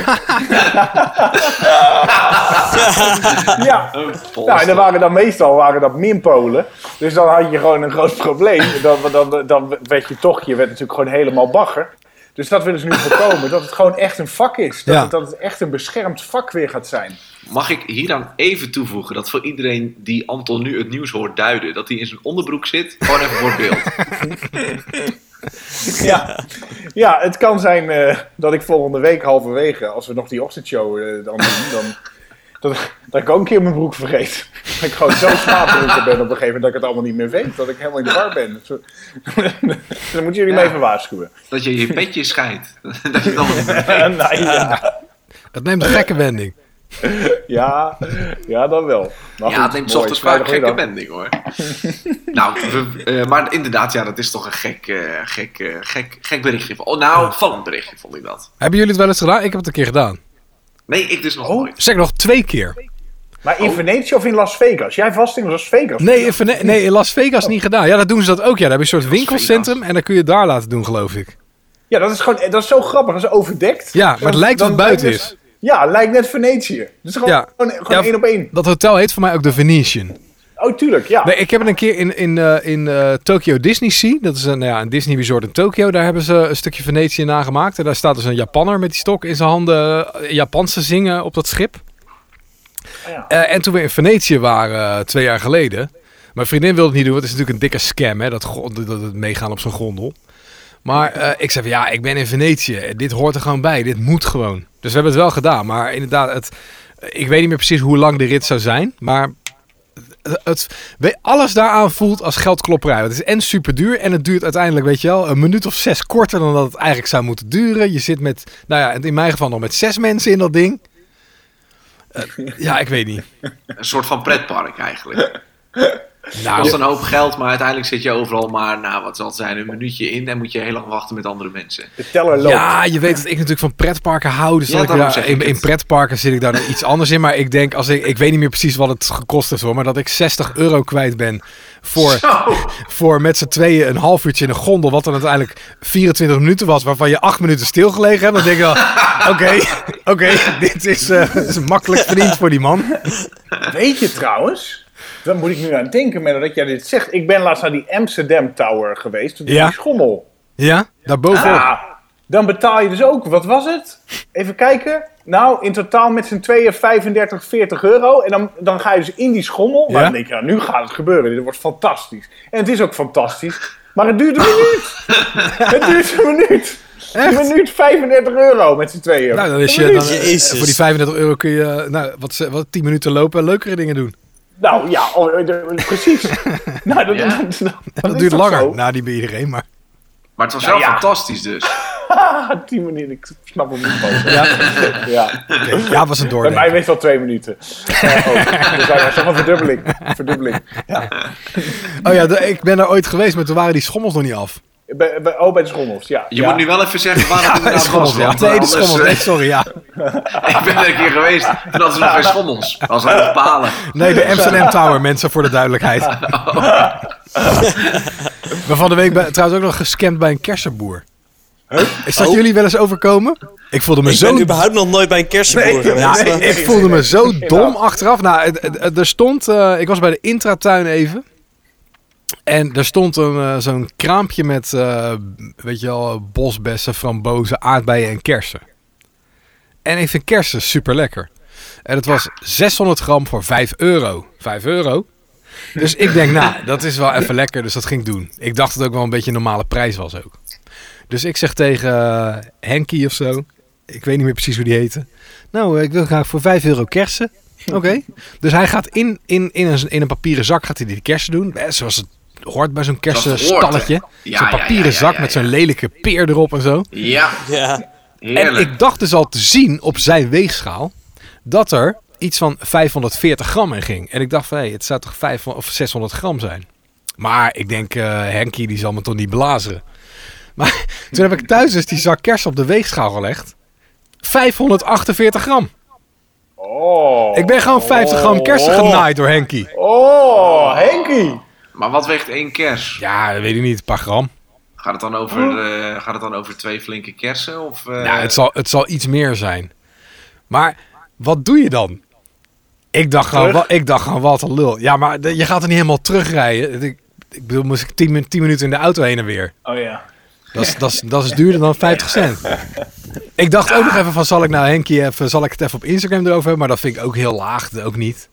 Ja.
Oh,
Nou, en dan waren dan meestal waren dat minpolen. Dus dan had je gewoon een groot probleem. Dan, dan, dan werd je toch, je werd natuurlijk gewoon helemaal bagger. Dus dat willen ze nu voorkomen. Dat het gewoon echt een vak is. Dat,
Ja.
het, dat het echt een beschermd vak weer gaat zijn.
Mag ik hieraan even toevoegen dat voor iedereen die Anton nu het nieuws hoort duiden, dat hij in zijn onderbroek zit? Gewoon even voor het beeld.
Ja, ja het kan zijn uh, dat ik volgende week halverwege, als we nog die ochtendshow uh, dan doen, dan, dat, dat ik ook een keer mijn broek vergeet. Dat ik gewoon zo slaapdronken ben op een gegeven moment dat ik het allemaal niet meer weet. Dat ik helemaal in de war ben. Zo, dan moeten jullie
Ja.
me even waarschuwen.
Dat je je petje scheidt. Dat je het allemaal niet meer weet.
nou, ja.
Dat neemt een gekke wending.
Ja, ja, dan wel. Maar
Ja,
goed,
het neemt 's
mooi.
ochtends vaak een gekke
Vrijdagmiddag.
wending hoor. nou, we, uh, maar inderdaad, ja, dat is toch een gek, uh, gek, uh, gek, gek berichtje. Oh, nou, vallend berichtje vond ik dat.
Hebben jullie het wel eens gedaan? Ik heb het een keer gedaan.
Nee, ik dus nog
Oh.
nooit.
Zeg nog twee keer.
Maar in Venetië of in Las Vegas? Jij vast in Las Vegas?
Nee, in, Vene- nee, in Las Vegas niet gedaan. Ja, dat doen ze dat ook. Ja, daar heb je een soort winkelcentrum en dan kun je het daar laten doen, geloof ik.
Ja, dat is gewoon, dat is zo grappig. Dat is overdekt.
Ja, maar het lijkt
Dan
wat buiten
lijkt
is.
het- Ja, lijkt net Venetië. Dus gewoon,
Ja.
gewoon, gewoon
Ja,
één op één.
Dat hotel heet voor mij ook de Venetian.
Oh, tuurlijk, ja.
Nee, ik heb het een keer in, in, uh, in uh, Tokyo Disney Sea. Dat is een, nou ja, een Disney resort in Tokyo. Daar hebben ze een stukje Venetië nagemaakt. En daar staat dus een Japanner met die stok in zijn handen uh, Japanse zingen op dat schip.
Ja.
Uh, en toen we in Venetië waren, uh, twee jaar geleden. Mijn vriendin wilde het niet doen, want het is natuurlijk een dikke scam, hè, dat, go- dat, dat het meegaan op zo'n gondel. Maar uh, ik zei van, ja, ik ben in Venetië. Dit hoort er gewoon bij. Dit moet gewoon. Dus we hebben het wel gedaan. Maar inderdaad, het, ik weet niet meer precies hoe lang de rit zou zijn. Maar het, het, weet- alles daaraan voelt als geldklopperij. Het is en super duur en het duurt uiteindelijk, weet je wel, een minuut of zes korter dan dat het eigenlijk zou moeten duren. Je zit met, nou ja, in mijn geval nog met zes mensen in dat ding. Uh, ja, ik weet niet.
Een soort van pretpark eigenlijk. Dat
Nou,
kost een hoop geld, maar uiteindelijk zit je overal maar, nou wat zal het zijn, een minuutje in en moet je heel lang wachten met andere mensen.
De teller loopt.
ja, je weet dat ik natuurlijk van pretparken hou. Dus
Ja,
dat ik
daarom
daar,
zeg ik
in, in
het.
pretparken zit ik daar dan iets anders in. Maar ik denk, als ik, ik weet niet meer precies wat het gekost is hoor. Maar dat ik zestig euro kwijt ben voor,
Zo.
voor met z'n tweeën een half uurtje in een gondel. Wat dan uiteindelijk vierentwintig minuten was. Waarvan je acht minuten stilgelegen hebt. Dan denk ik wel, oké, oké, dit is, uh, dit is een makkelijk vriend voor die man.
Weet je trouwens, daar moet ik nu aan denken, Menno, dat jij dit zegt. Ik ben laatst naar die Amsterdam Tower geweest, toen
Ja.
die schommel.
Ja, daarbovenop.
Ja, dan betaal je dus ook, wat was het? Even kijken. Nou, in totaal met z'n tweeën vijfendertig, veertig euro. En dan, dan ga je dus in die schommel.
Ja.
Maar dan denk je, nou, nu gaat het gebeuren. Dit wordt fantastisch. En het is ook fantastisch. Maar het duurt een minuut. Het duurt een minuut. Echt? Een minuut vijfendertig euro met z'n tweeën.
Nou, dan is je, dan,
Jezus.
voor die vijfendertig euro kun je, nou, wat, wat tien minuten lopen en leukere dingen doen.
Nou ja, oh, de- precies. nou, dat,
Ja.
dat, dat,
Dat,
is
duurt
toch
langer.
zo?
Nou, niet bij iedereen, maar...
Maar het was
Nou
wel
ja.
fantastisch dus.
tien minuten, ik snap hem niet. Boos.
Ja,
Ja.
okay. Ja, het was een
Bij mij
doordenken.
meestal twee minuten. Uh, oh. Dus hij zegt een verdubbeling. Verdubbeling. Ja.
Oh ja, de- ik ben daar ooit geweest, maar toen waren die schommels nog niet af.
Bij, bij, oh, bij de schommels, ja.
Je
ja.
moet nu wel even zeggen waar het
Ja,
inderdaad
schommels,
was.
ja.
want
Nee, de
anders,
schommels.
eh,
Nee, sorry, ja.
ik ben er een keer geweest. Toen hadden ze nog geen schommels. Dat was nog palen.
Nee, de Amsterdam Tower, mensen, voor de duidelijkheid. Maar van de week ben, trouwens ook nog gescamd bij een kersenboer. Is dat
Oh.
jullie wel eens overkomen? Ik voelde me
Ik
zo...
ben überhaupt nog nooit bij een kersenboer geweest.
Ja,
maar-
ik, ik voelde me zo dom achteraf. Nou, het- het- het- er stond... eh, ik was bij de intratuin even. En er stond een, eh, zo'n kraampje met, eh, weet je wel, bosbessen, frambozen, aardbeien en kersen. En ik vind kersen super lekker. En het was zeshonderd gram voor vijf euro. vijf euro? Dus ik denk, nou, dat is wel even lekker, dus dat ging ik doen. Ik dacht dat het ook wel een beetje een normale prijs was ook. Dus ik zeg tegen uh, Henkie of zo, ik weet niet meer precies hoe die heette. Nou, ik wil graag voor vijf euro kersen. Oké. Okay. Dus hij gaat in, in, in, een, in een papieren zak gaat hij die kersen doen. Eh, zoals het hoort bij zo'n
Zoals het hoort,
kersenstalletje.
hè? Ja,
zo'n
ja,
papieren
ja, ja,
zak
ja,
met
ja.
zo'n lelijke peer erop en zo.
Ja,
Ja.
En
heerlijk.
ik dacht dus al te zien op zijn weegschaal dat er iets van vijfhonderdveertig gram in ging. En ik dacht van, hé, hey, het zou toch vijfhonderd of zeshonderd gram zijn. Maar ik denk, uh, Henkie die zal me toch niet blazeren. Maar toen heb ik thuis dus die zak kersen op de weegschaal gelegd. vijfhonderdachtenveertig gram.
Oh.
Ik ben gewoon vijftig gram kersen genaaid door Henkie.
Oh, Henkie.
Maar wat weegt één kers?
Ja, dat weet ik niet, een paar gram.
Gaat het dan over, uh, gaat het dan over twee flinke kersen? Of, uh...
Ja, het zal, het zal iets meer zijn. Maar wat doe je dan? Ik dacht gewoon, wa- ik dacht gewoon wat een lul. Ja, maar de, je gaat er niet helemaal terugrijden. Ik, ik bedoel, moest ik tien, min- tien minuten in de auto heen en weer.
Oh ja.
Dat is, dat is, dat is duurder dan vijftig cent. Ik dacht ook nog even van, zal ik nou Henkie even, zal ik het even op Instagram erover hebben? Maar dat vind ik ook heel laag, ook niet.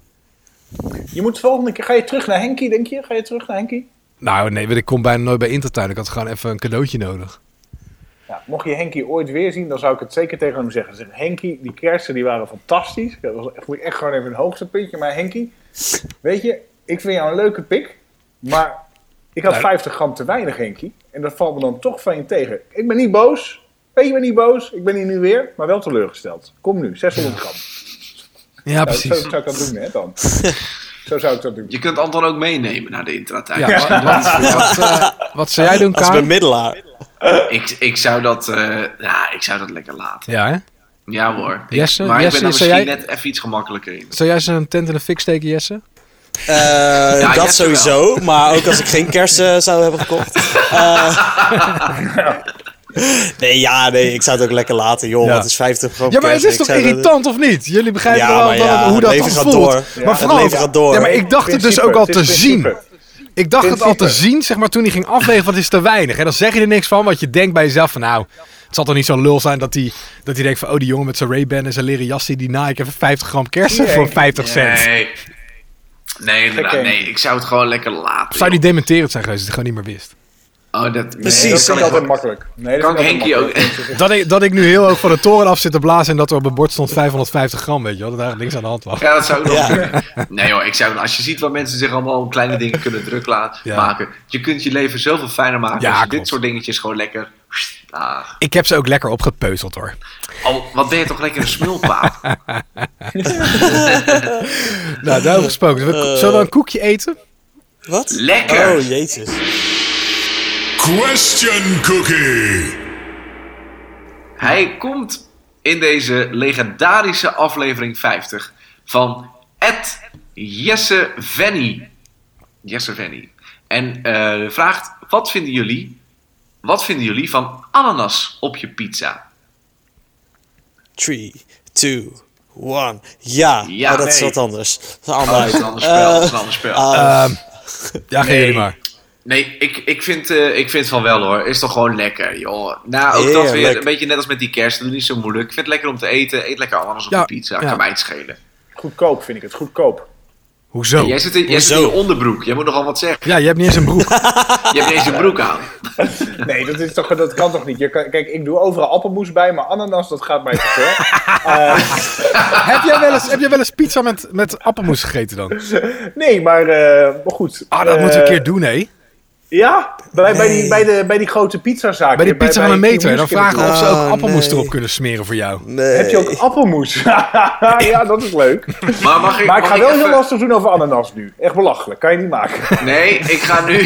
Je moet de volgende keer, ga je terug naar Henkie, denk je? Ga je terug naar Henkie?
Nou nee, want ik kom bijna nooit bij Intertuin. Ik had gewoon even een cadeautje nodig.
Ja, mocht je Henkie ooit weer zien, dan zou ik het zeker tegen hem zeggen. Zeg, Henkie, die kersen die waren fantastisch. Dat was echt, echt gewoon even een hoogtepuntje. Maar Henkie, weet je, ik vind jou een leuke pik. Maar ik had
Nou,
vijftig gram te weinig, Henkie. En dat valt me dan toch van je tegen. Ik ben niet boos. Weet je, ik ben niet boos. Ik ben hier nu weer, maar wel teleurgesteld. Kom nu, zeshonderd gram.
Ja,
Nou,
precies.
zo zou ik dat doen, hè, dan. Zo zou ik dat doen.
Je kunt Anton ook meenemen naar de intratuin.
Ja, wat, wat, wat, uh, wat zou jij doen,
Als
Kaar?
bemiddelaar.
Ik, ik, zou dat, uh, ja, ik zou dat lekker laten.
Ja, hè?
Ja hoor. Ik,
Jesse?
maar
Jesse,
ik ben er
zou
misschien
jij-
net even iets gemakkelijker in.
Zou jij zijn tent in de fik steken, Jesse?
Uh, dat
Jesse
sowieso, maar ook als ik geen kersen zou hebben gekocht. Uh, nee, ja, nee, ik zou het ook lekker laten, joh.
Ja.
Het is vijftig gram
Ja, maar het
kersen.
is toch
Ik zou dat-
irritant, of niet? Jullie begrijpen
Ja,
wel
maar
dan-
ja,
hoe
het
dat
leven
dan
gaat
voelt.
door.
Maar
Het
vooral,
leven gaat door.
Ja, maar ik dacht het dus
Principe,
ook al
het
te
is
zien.
principe.
Ik dacht het al te
Principe.
zien, zeg maar, toen hij ging afwegen, wat is te weinig. En dan zeg je er niks van, want je denkt bij jezelf van, nou, het zal toch niet zo'n lul zijn dat hij, dat hij denkt van, oh, die jongen met zijn Ray-Ban en zijn leren jas, die naai ik even vijftig gram kersen
Nee.
voor vijftig cent.
Nee. Nee, inderdaad.
Oké.
Nee, ik zou het gewoon lekker laten.
Of zou die
joh.
dementerend zijn geweest, dat hij het gewoon niet meer wist?
Oh, dat,
Precies.
nee,
Dat
dat
vind ik
kan
altijd
ik,
makkelijk. Nee, dat
kan ik
vind ik
Henkie ook...
altijd makkelijk.
Dat ik, dat ik nu heel hoog van de toren af zit te blazen en dat er op het bord stond vijfhonderdvijftig gram, weet je wel, dat er eigenlijk niks aan de hand was.
Ja, dat zou ik nog
Ja.
kunnen. Nee hoor, ik zou, als je ziet waar mensen zich allemaal om kleine dingen kunnen druk laten
Ja.
maken. Je kunt je leven zoveel fijner maken
Ja,
als je
klopt.
dit soort dingetjes gewoon lekker... Ah.
Ik heb ze ook lekker opgepeuzeld, hoor.
Al, wat ben je toch lekker een smulpaap?
Nou, daarover gesproken. Zullen we, zullen we een koekje eten?
Wat?
Lekker!
Oh, jezus.
Question Cookie.
Hij komt in deze legendarische aflevering vijftig van Ed Jesse Venny. Jesse Venny. En eh, vraagt, wat vinden jullie, wat vinden jullie van ananas op je pizza?
three, two, one. Ja,
Ja,
oh, dat is
nee.
wat anders. Dat is een ander
Oh, dat is een
item.
ander spel, dat is
Eh,
een ander spel.
ah,
Ehm ja, gaan jullie maar.
Nee, ik, ik, vind, eh, ik vind van wel hoor. Is toch gewoon lekker, joh. Nou, ook dat weer
Heerlijk.
een beetje net als met die kerst. Doe niet zo moeilijk. Ik vind het lekker om te eten. Eet lekker ananas op
Ja,
je pizza.
ja.
Kan mij het schelen.
Goedkoop vind ik het, goedkoop.
Hoezo?
Ja, jij zit, in, jij zit in je onderbroek. Jij moet nogal wat zeggen.
Ja, je hebt niet eens een broek.
Je hebt niet eens een broek aan.
Nee, dat, is toch, dat kan toch niet? Je kan, kijk, ik doe overal appelmoes bij, maar ananas, dat gaat mij te ver. Uh,
heb, jij wel eens, heb jij wel eens pizza met, met appelmoes gegeten dan?
nee, maar, uh, maar goed.
Ah, dat
uh,
moeten we een keer doen, hé.
Ja, bij, bij, die, bij, de, bij die grote pizzazaak.
Bij die pizza van een meter. Dan vragen we of ze ook
Oh,
appelmoes
nee.
erop kunnen smeren voor jou.
Nee.
Heb je ook appelmoes? Ja, dat is leuk.
Maar mag ik,
Maar ik
mag
ga wel
even...
heel lastig doen over ananas nu. Echt belachelijk, kan je niet maken.
Nee, ik ga nu...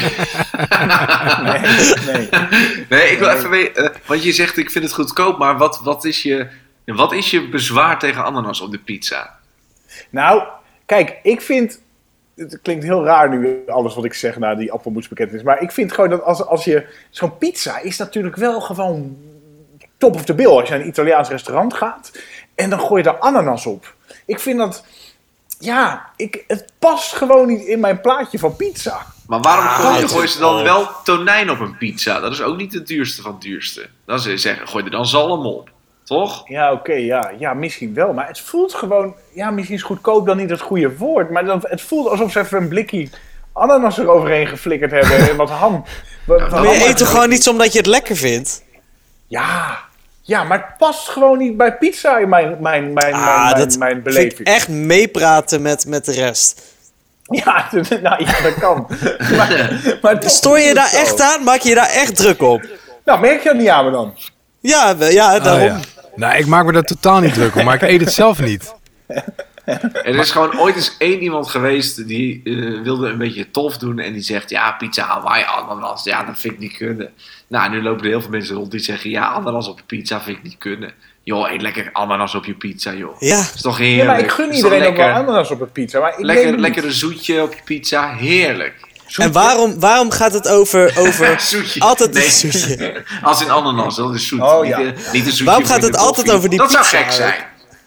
Nee, nee.
Nee, ik wil even weten... Uh, want je zegt, ik vind het goedkoop, maar wat, wat, is je, wat is je bezwaar tegen ananas op de pizza?
Nou, kijk, ik vind... Het klinkt heel raar nu, alles wat ik zeg na die appelmoesbekentenis. Maar ik vind gewoon dat als, als je... Zo'n pizza is natuurlijk wel gewoon top of the bill. Als je naar een Italiaans restaurant gaat en dan gooi je daar ananas op. Ik vind dat... Ja, ik, het past gewoon niet in mijn plaatje van pizza.
Maar waarom gooi,
het-
gooi ze dan wel tonijn op een pizza? Dat is ook niet het duurste van het duurste. Dan zou je zeggen, gooi er dan zalm op. Toch?
Ja, oké, okay, ja, ja, misschien wel. Maar het voelt gewoon... Ja, misschien is goedkoop dan niet het goede woord. Maar dan, het voelt alsof ze even een blikje ananas eroverheen geflikkerd hebben. En wat ham. Wat, wat
maar
Maar je
ham-
eet toch gewoon niet omdat je het lekker vindt?
Ja, ja, maar het past gewoon niet bij pizza in mijn, mijn, mijn,
Ah,
mijn, mijn,
dat
mijn
vind
beleving.
ik echt meepraten met, met de rest.
Ja, nou, ja, dat kan. maar, maar toch
Stoor je
is het
daar
zo.
echt aan? Maak je je daar echt druk op?
Nou, merk je dat niet aan me dan?
Ja, we- ja daarom.
Oh, ja. Nou, ik maak me daar totaal niet druk om, maar ik eet het zelf niet.
Er is gewoon ooit eens één iemand geweest die uh, wilde een beetje tof doen en die zegt, ja, pizza Hawaii ananas, ja, dat vind ik niet kunnen. Nou, nu lopen er heel veel mensen rond die zeggen, ja, ananas op pizza vind ik niet kunnen. Joh, eet lekker ananas op je pizza, joh.
Ja.
Is toch heerlijk?
Ja, maar ik gun
Is toch
iedereen ook wel
lekker?
ananas op een pizza. Maar ik
Lekker,
neem het
lekker
niet.
een zoetje op je pizza, heerlijk.
En waarom, waarom gaat het over, over
Zoetje.
altijd
Nee.
een zoetje?
Als in ananas, dat is zoet.
Oh, ja.
Niet, uh, niet een zoetje
Waarom
voor
gaat
in
het
de
altijd
koffie.
over die
Dat
pizza,
zou gek zijn.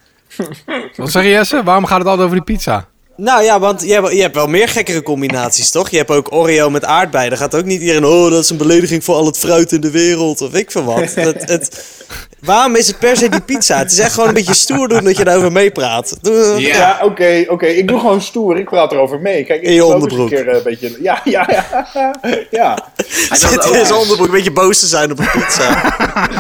Wat zeg je, Jesse? Waarom gaat het altijd over die pizza?
Nou ja, want je hebt, je hebt wel meer gekkere combinaties, toch? Je hebt ook Oreo met aardbei. Dan gaat ook niet iedereen... Oh, dat is een belediging voor al het fruit in de wereld. Of ik veel wat. Het, het, waarom is het per se die pizza? Het is echt gewoon een beetje stoer doen dat je daarover meepraat. Doe-
Ja.
Ja, oké, oké. Ik doe gewoon stoer. Ik praat erover mee. Kijk, ik
In je
wil ook eens
onderbroek.
een keer eh, een beetje... Ja, ja, ja. Ja,
Hij
Zit
wilde
in
ook
zijn
eens-
onderbroek een beetje boos te zijn op een pizza.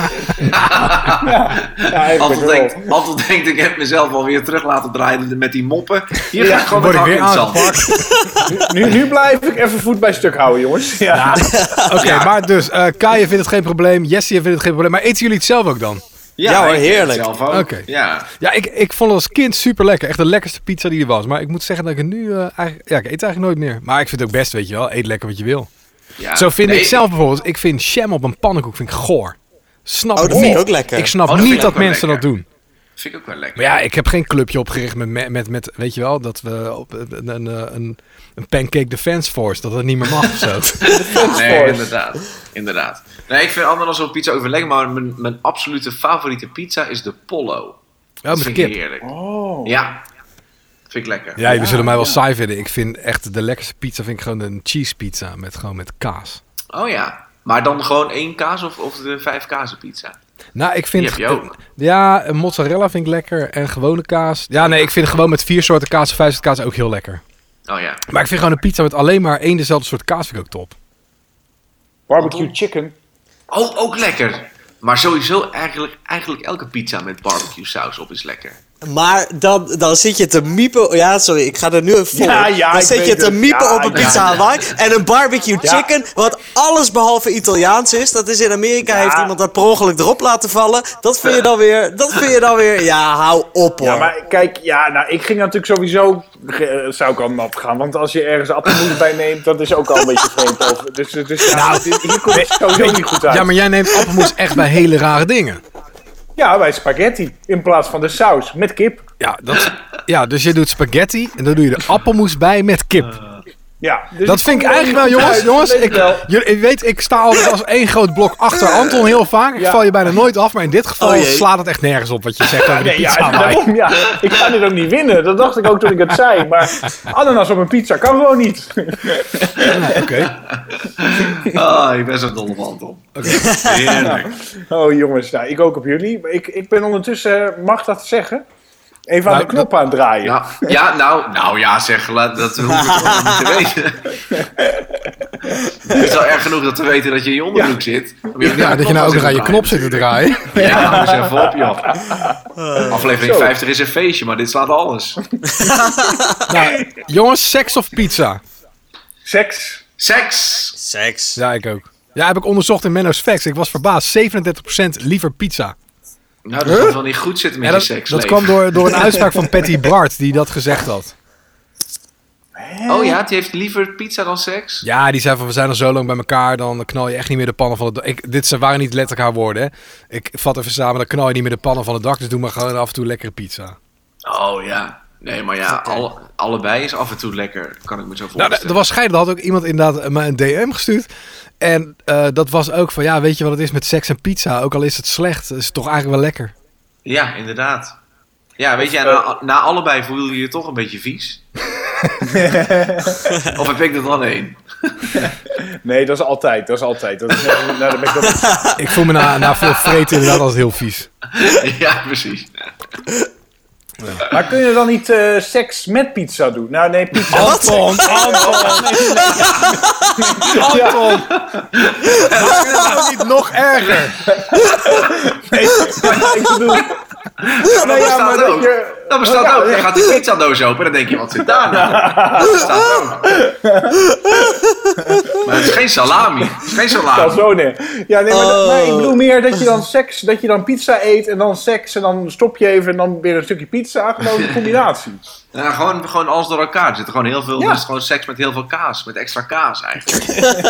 ja eigenlijk
Altijd
wel.
denkt, altijd denkt, ik heb mezelf alweer terug laten draaien met die moppen. Hier
Ja,
ga ik gewoon
Word
met
ik
hak
weer
in het zand.
aangepakt?
Nu, nu blijf ik even voet bij stuk houden, jongens. Ja.
Oké, maar dus, eh Kaya vindt het geen probleem, Jesse vindt het geen probleem. Maar eten jullie het zelf ook dan?
Ja, hoor,
ik vind het
heerlijk.
Zelf ook.
Oké.
Ja.
Ja, ik, ik vond het als kind super lekker. Echt de lekkerste pizza die er was. Maar ik moet zeggen dat ik het nu eh, eigenlijk... Ja, ik eet het eigenlijk nooit meer. Maar ik vind het ook best, weet je wel. Eet lekker wat je wil.
Ja.
Zo vind
Nee,
ik zelf bijvoorbeeld. Ik vind jam op een pannenkoek vind ik goor. Snap
Oh,
ik
dat vind
niet.
ik ook lekker.
Ik snap
Oh, dat vind
niet
ik ook
dat
wel
mensen
lekker.
dat doen.
Vind ik ook wel lekker.
Maar ja, ik heb geen clubje opgericht met, met, met, met weet je wel, dat we op een, een, een, een pancake defense force, dat dat niet meer mag of zo.
Nee,
Force.
inderdaad. Inderdaad. Nee, ik vind ananas op pizza ook wel lekker, maar mijn, mijn absolute favoriete pizza is de Pollo.
Ja,
Dat
met
vind
kip.
ik heerlijk.
Oh.
Ja. Vind ik lekker.
Ja, jullie zullen mij wel saai vinden. Ik vind echt de lekkerste pizza vind ik gewoon een cheese pizza met gewoon met kaas.
Oh ja. Maar dan gewoon één kaas of, of de vijf kazen pizza?
Nou, ik vind...
Die heb je ook.
Ja, een mozzarella vind ik lekker en gewone kaas. Ja, nee, ik vind gewoon met vier soorten kaas of vijf soorten kaas ook heel lekker.
Oh ja.
Maar ik vind gewoon een pizza met alleen maar één dezelfde soort kaas vind ik ook top.
Barbecue chicken.
Oh, ook lekker. Maar sowieso eigenlijk, eigenlijk elke pizza met barbecue saus op is lekker.
Maar dan, dan zit je te miepen... Ja, sorry, ik ga er nu even voor.
Ja, ja,
dan
ik
zit je
weet
te
het.
miepen
Ja,
op een
ja,
pizza
ja.
Hawaii en een barbecue
Ja.
chicken, wat alles behalve Italiaans is. Dat is in Amerika,
Ja.
heeft iemand dat per ongeluk erop laten vallen. Dat vind je dan weer... Dat vind je dan weer... Ja, hou op hoor.
Ja, maar kijk, ja, nou, ik ging natuurlijk sowieso, eh, zou ik al nat gaan. Want als je ergens appelmoes bij neemt, dat is ook al een beetje vreemd over. Dus, dus ja,
Nou,
dit- hier komt het sowieso niet goed uit.
Ja, maar jij neemt appelmoes echt bij hele rare dingen.
Ja, bij spaghetti, in plaats van de saus, met kip.
Ja, dat, ja, dus je doet spaghetti en dan doe je er appelmoes bij met kip.
Ja, dus
Dat vind ik
kom er
eigenlijk
niet
wel,
goed
jongens.
uit,
Jongens,
weet
ik,
wel.
jullie, ik weet, ik sta altijd als één groot blok achter Anton heel vaak. Ik
Ja.
val je bijna nooit af, maar in dit geval
Oh jee.
slaat het echt nergens op wat je zegt over die
Nee, ja,
pizza. Hawaii.
daarom, ja. Ik ga dit ook niet winnen. Dat dacht ik ook toen ik het zei. Maar ananas op een pizza kan gewoon niet.
Ja, Oké.
Ah, ik ben zo dol op Anton. Heerlijk.
Oh jongens, nou, ik ook op jullie. Ik, ik ben ondertussen, eh, mag dat zeggen? Even aan
Nou,
de knop aan het draaien.
Nou, ja, nou, nou ja, zeg, laat- dat hoef ik toch niet te weten. Het is al erg genoeg dat te weten dat je in je onderbroek zit. Om je
Ja, dat je nou ook nog aan je knop zit te draaien.
Ja, hou eens even op, joh. Aflevering
Zo.
vijftig is een feestje, maar dit slaat alles.
Nou, jongens, seks of pizza?
Seks.
Seks!
Seks.
Ja, ik ook. Ja, heb ik onderzocht in Menno's Facts. Ik was verbaasd. zevenendertig procent liever pizza.
Nou, dat gaat wel niet goed zitten met
Ja,
je
dat,
seks.
dat kwam door, door een uitspraak van Patty Bart, die dat gezegd had.
Oh ja, die heeft liever pizza dan seks?
Ja, die zei van, we zijn al zo lang bij elkaar, dan knal je echt niet meer de pannen van het dak. Ik, dit zijn- waren niet letterlijk haar woorden, hè. Ik vat even samen, dan knal je niet meer de pannen van het dak, dus doe maar gewoon af en toe lekkere pizza.
Oh ja. Nee, maar ja, alle- allebei is af en toe lekker, kan ik me zo
Nou,
voorstellen.
er was scheiden, had ook iemand inderdaad me een D M gestuurd. En eh, dat was ook van, ja, weet je wat het is met seks en pizza? Ook al is het slecht, is het toch eigenlijk wel lekker.
Ja, inderdaad. Ja, weet je, na, na allebei voel je je toch een beetje vies. Of heb ik dat alleen?
Nee, dat is altijd. Dat is altijd. Dat is, nou, daar ben ik dat...
Ik voel me na, na veel vreten inderdaad altijd heel vies.
Ja, precies.
Maar kun je dan niet eh, seks met pizza doen? Nou, nee, pizza.
Anton, Anton, Anton. Dat is nou niet nog erger.
Nee, maar ik bedoel...
Dat
Nou ja,
bestaat
maar dat
ook.
je-
Dat bestaat
Ja,
ook.
nee.
Dan gaat die pizzadoos open en dan denk je, wat zit daar nou? Dat bestaat ook. Maar het is geen salami. Het is geen
Ja,
salami.
zo nee. Ja, nee, maar, dat-
Oh.
maar ik bedoel meer dat je dan seks, dat je dan pizza eet en dan seks en dan stop je even en dan weer een stukje pizza. Gewoon een combinatie.
Ja, gewoon, gewoon alles door elkaar. Er zit gewoon heel veel,
Ja.
het is gewoon seks met heel veel kaas. Met extra kaas eigenlijk.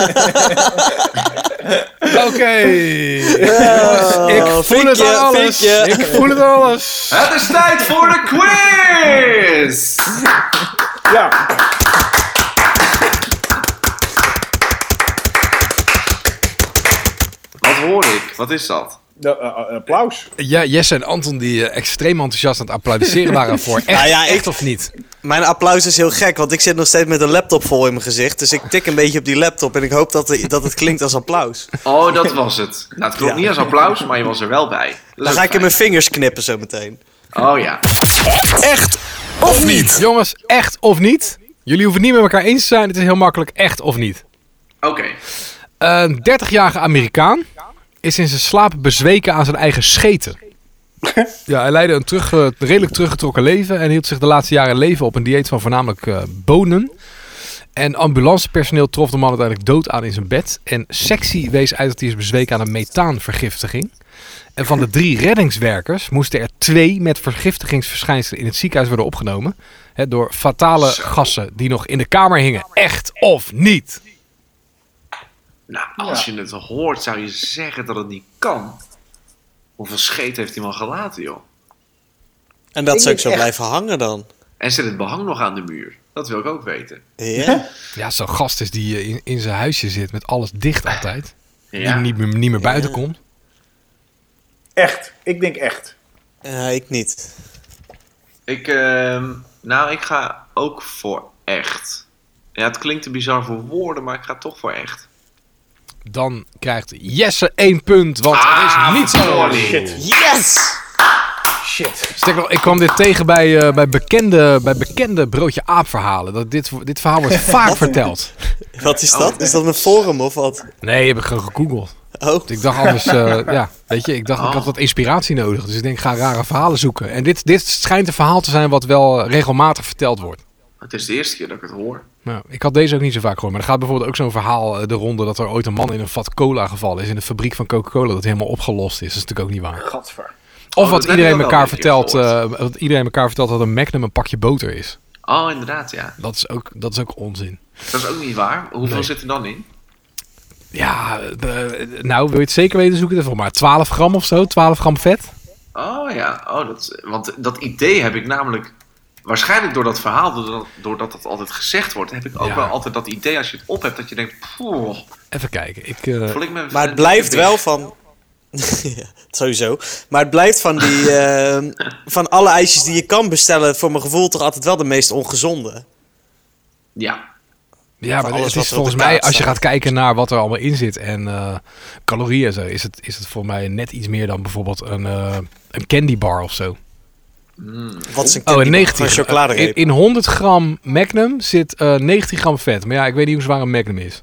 Oké. Jongens, ik voel
vinkje,
het aan alles.
vinkje.
Ik voel het aan alles.
Het is tijd voor de quiz!
Ja,
Wat hoor ik? Wat is dat?
de, eh, eh, applaus.
Ja, Jesse en Anton die eh, extreem enthousiast aan het applaudisseren waren voor echt,
Nou ja, ik-
echt of niet.
Mijn applaus is heel gek, want ik zit nog steeds met een laptop vol in mijn gezicht. Dus ik tik een beetje op die laptop en ik hoop dat, de- dat het klinkt als applaus.
Oh, dat was het. Nou, het klopt
Ja.
niet als applaus, maar je was er wel bij. Dat is
Dan
ook
ga ik in
fijn.
mijn vingers knippen zo meteen.
Oh ja.
Echt of niet? Jongens, echt of niet? Jullie hoeven niet met elkaar eens te zijn. Het is heel makkelijk, echt of niet.
Oké.
Een dertigjarige Amerikaan is in zijn slaap bezweken aan zijn eigen scheten. Ja, hij leidde een terug, eh, redelijk teruggetrokken leven en hield zich de laatste jaren leven op een dieet van voornamelijk eh, bonen. En ambulancepersoneel trof de man uiteindelijk dood aan in zijn bed. En sectie wees uit dat hij is bezweken aan een methaanvergiftiging. En van de drie reddingswerkers moesten er twee met vergiftigingsverschijnselen in het ziekenhuis worden opgenomen. Hè, door fatale gassen die nog in de kamer hingen. Echt of niet?
Nou, als je het hoort, zou je zeggen dat het niet kan. Hoeveel scheet heeft die man gelaten, joh?
En dat
Ik
zou ik
denk
zo
echt-
blijven hangen dan.
En zit het behang nog aan de muur? Dat wil ik ook weten.
Ja?
Ja, zo'n gast is die eh, in, in zijn huisje zit met alles dicht altijd.
Ja.
Die niet meer, niet meer buiten komt.
Echt. Ik denk echt.
Ja, ik niet.
Ik, ehm, nou, ik ga ook voor echt. Ja, het klinkt te bizar voor woorden, maar ik ga toch voor echt.
Dan krijgt Jesse één punt, want het is niet zo.
sorry.
Shit.
Yes!
Shit.
Sterker nog, ik kwam dit tegen bij, eh, bij, bekende, bij bekende broodje aap verhalen. Dat dit, dit verhaal wordt vaak verteld.
Wat is dat? Is dat een forum of wat?
Nee, heb ik gewoon gegoogeld.
Oh,
Ik dacht anders, eh, ja, weet je, ik dacht ik
Oh.
had wat inspiratie nodig. Dus ik denk, ik ga rare verhalen zoeken. En dit, dit schijnt een verhaal te zijn wat wel regelmatig verteld wordt.
Het is de eerste keer dat ik het hoor.
Nou, ik had deze ook niet zo vaak gehoord. Maar er gaat bijvoorbeeld ook zo'n verhaal eh, de ronde dat er ooit een man in een vat cola gevallen is in de fabriek van Coca-Cola. Dat helemaal opgelost is. Dat is natuurlijk ook niet waar.
Gadver.
Of
Oh,
wat
dat heb
iedereen
ik ook wel
elkaar
een keer
vertelt,
gehoord.
eh, wat iedereen elkaar vertelt dat een Magnum een pakje boter is.
Oh, inderdaad, ja.
Dat is ook, dat is ook onzin.
Dat is ook niet waar. Hoeveel
Nee.
zit er dan in?
Ja, eh, nou wil je het zeker weten, zoek het even op. Maar twaalf gram of zo, twaalf gram vet.
Oh ja, oh, dat, want dat idee heb ik namelijk... Waarschijnlijk door dat verhaal, doordat, doordat dat altijd gezegd wordt... heb ik ook
Ja.
wel altijd dat idee als je het op hebt... dat je denkt, poeh,
Even kijken. Ik, eh,
voel ik me...
maar het blijft wel van... ja, sowieso. Maar het blijft van die... eh, van alle ijsjes die je kan bestellen... voor mijn gevoel toch altijd wel de meest ongezonde.
Ja,
ja, maar
alles
het
wat
is
er op
volgens
de
mij,
kaart
als je
staat.
gaat kijken naar wat er allemaal in zit en eh, calorieën en zo, is het, is het voor mij net iets meer dan bijvoorbeeld een, eh, een candy bar of zo.
Wat is een
Oh,
candy
en negentien
van
gram.
chocoladereep?
In, in honderd gram Magnum zit uh, negentien gram vet. Maar ja, ik weet niet hoe zwaar een Magnum is.